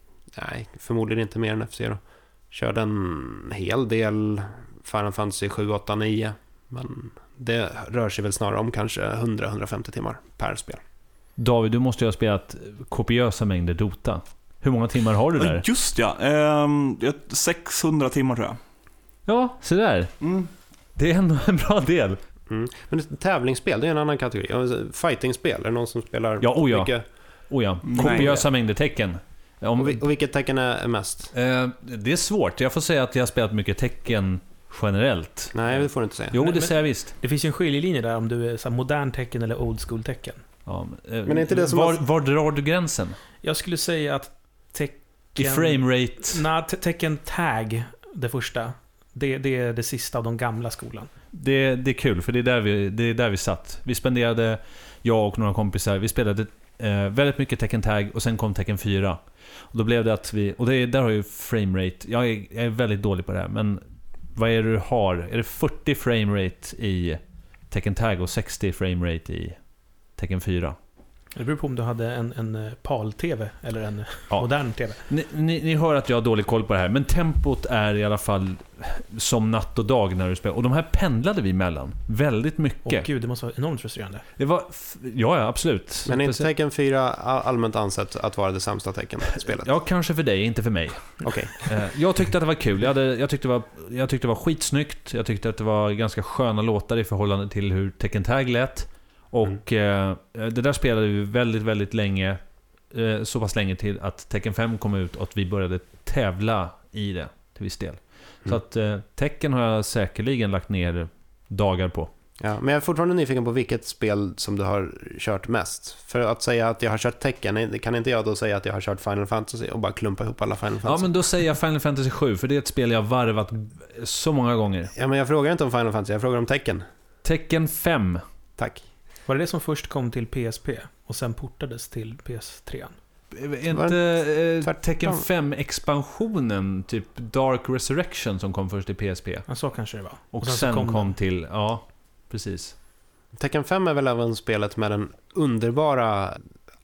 Speaker 4: nej, förmodligen inte mer än F-Zero. Körde en hel del Final Fantasy sju, åtta, nio, men det rör sig väl snarare om kanske hundra till hundrafemtio timmar per spel.
Speaker 2: David, du måste ju ha spelat kopiösa mängder Dota. Hur många timmar har du där?
Speaker 3: Just ja, ehm, sexhundra timmar tror jag.
Speaker 2: Ja, så där.
Speaker 3: Mm.
Speaker 2: Det är ändå en bra del.
Speaker 4: Mm. Men ett tävlingsspel, det är en annan kategori. Fightingspel, är det någon som spelar
Speaker 2: ja, oh ja.
Speaker 4: mycket?
Speaker 2: Oh ja. Kopiösa mängder tecken. Om...
Speaker 4: Och, och vilket tecken är mest?
Speaker 2: Eh, det är svårt. Jag får säga att jag har spelat mycket tecken generellt.
Speaker 4: Nej, det får du inte säga.
Speaker 2: Jo, det
Speaker 1: men,
Speaker 2: säger jag visst.
Speaker 1: Det finns ju en skiljelinje där om du är så här modern tecken eller old school tecken.
Speaker 2: Ja, eh,
Speaker 4: men är inte det som
Speaker 2: var,
Speaker 4: att...
Speaker 2: var drar du gränsen?
Speaker 1: Jag skulle säga att tecken...
Speaker 2: I framerate?
Speaker 1: Nej, te- tecken tag, det första. Det, det är det sista av de gamla skolan.
Speaker 2: Det, det är kul, för det är, där vi, det är där vi satt. Vi spenderade, jag och några kompisar, vi spelade eh, väldigt mycket Tekken Tag och sen kom Tekken fyra. Och då blev det att vi, och det är, där har ju framerate, jag är, jag är väldigt dålig på det här, men vad är det du har? Är det fyrtio framerate i Tekken Tag och sextio framerate i Tekken fyra?
Speaker 1: Det beror på om du hade en, en PAL-tv eller en
Speaker 2: ja.
Speaker 1: modern tv.
Speaker 2: Ni, ni, ni hör att jag har dålig koll på det här, men tempot är i alla fall som natt och dag när du spelar. Och de här pendlade vi mellan väldigt mycket.
Speaker 1: Åh gud, det måste vara enormt frustrerande.
Speaker 2: Det var, ja, ja, absolut.
Speaker 4: Men är inte Tekken fyra allmänt ansett att vara det sämsta Tekken-spelet?
Speaker 2: Ja, kanske för dig, inte för mig.
Speaker 4: Okej.
Speaker 2: Okay. Jag tyckte att det var kul. Jag, hade, jag, tyckte det var, jag tyckte det var skitsnyggt. Jag tyckte att det var ganska sköna låtar i förhållande till hur Tekken Tag lät. Och mm. eh, det där spelade vi väldigt, väldigt länge. Eh, så pass länge till att Tekken fem kom ut och att vi började tävla i det till viss del. Mm. Så att eh, Tekken har jag säkerligen lagt ner dagar på.
Speaker 4: Ja, men jag är fortfarande nyfiken på vilket spel som du har kört mest. För att säga att jag har kört Tekken, kan inte jag då säga att jag har kört Final Fantasy och bara klumpa ihop alla Final Fantasy?
Speaker 2: Ja, men då säger jag Final Fantasy sju, för det är ett spel jag varvat så många gånger.
Speaker 4: Ja, men jag frågar inte om Final Fantasy, jag frågar om Tekken.
Speaker 2: Tekken fem.
Speaker 4: Tack.
Speaker 1: Var det det som först kom till P S P och sen portades till P S tre?
Speaker 2: Är inte eh, Tekken fem-expansionen, typ Dark Resurrection, som kom först till P S P?
Speaker 1: Ja, så kanske det var.
Speaker 2: Och, och sen, sen kom, kom till, ja, precis.
Speaker 4: Tekken fem är väl även spelet med den underbara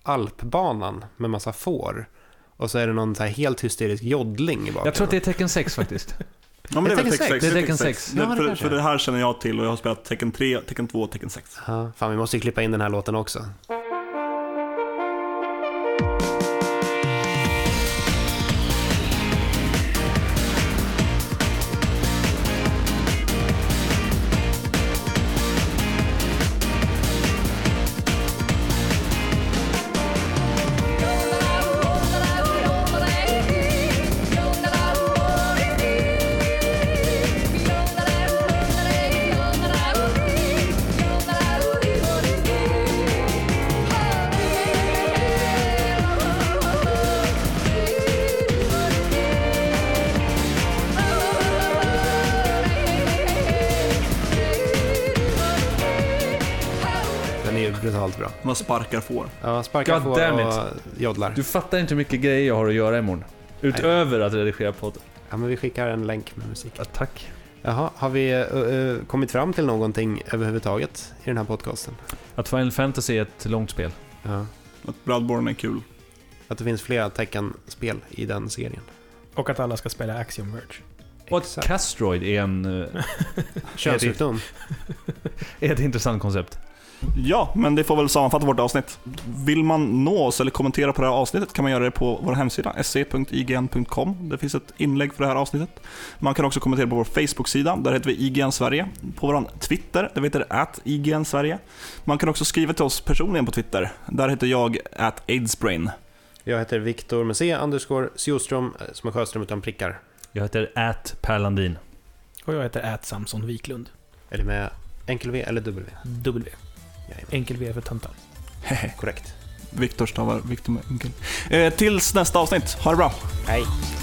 Speaker 4: alpbanan med massa får. Och så är det någon så här helt hysterisk joddling i bakgrunden.
Speaker 2: Jag tror att det är Tekken sex faktiskt.
Speaker 3: Ja, men det är väl Tekken sex.
Speaker 2: Det är Tekken sex.
Speaker 3: Ja,
Speaker 4: det
Speaker 3: för, för det här känner jag till och jag har spelat Tekken tre, Tekken två, Tekken sex.
Speaker 4: Ja, fan, vi måste ju klippa in den här låten också. brutalt bra.
Speaker 3: Man sparkar får.
Speaker 4: Ja, sparkar
Speaker 2: God
Speaker 4: får
Speaker 2: damn it.
Speaker 4: och joddlar.
Speaker 2: Du fattar inte hur mycket grejer jag har att göra imorgon. Utöver att redigera podden.
Speaker 4: Ja, men vi skickar en länk med musik.
Speaker 2: Ja, tack.
Speaker 4: Jaha, har vi uh, kommit fram till någonting överhuvudtaget i den här podcasten?
Speaker 2: Att Final Fantasy är ett långt spel.
Speaker 4: Ja.
Speaker 3: Att Bloodborne är kul.
Speaker 4: Att det finns flera Tekken-spel i den serien.
Speaker 1: Och att alla ska spela Axiom Verge.
Speaker 2: Och att Castroid är en... Uh,
Speaker 4: Könssjukdom.
Speaker 2: är ett intressant koncept.
Speaker 3: Ja, men det får väl sammanfatta vårt avsnitt. Vill man nå oss eller kommentera på det här avsnittet kan man göra det på vår hemsida s c punkt i g n punkt com. Det finns ett inlägg för det här avsnittet. Man kan också kommentera på vår Facebook-sida, där heter vi I G N Sverige. På vår Twitter, där heter det at I G N Sverige. Man kan också skriva till oss personligen på Twitter. Där heter jag at aidsbrain.
Speaker 4: Jag heter Viktor med C underscore Sjöström, som är Sjöström utan prickar.
Speaker 2: Jag heter at Perlandin.
Speaker 1: Och jag heter at Samson Wiklund.
Speaker 4: Är det med enkel V eller W?
Speaker 1: W.
Speaker 4: Jajamän.
Speaker 1: Enkel V för töntar.
Speaker 4: Korrekt.
Speaker 3: Viktor stavar Viktor med enkel. Eh, tills nästa avsnitt. Ha det bra.
Speaker 4: Hej.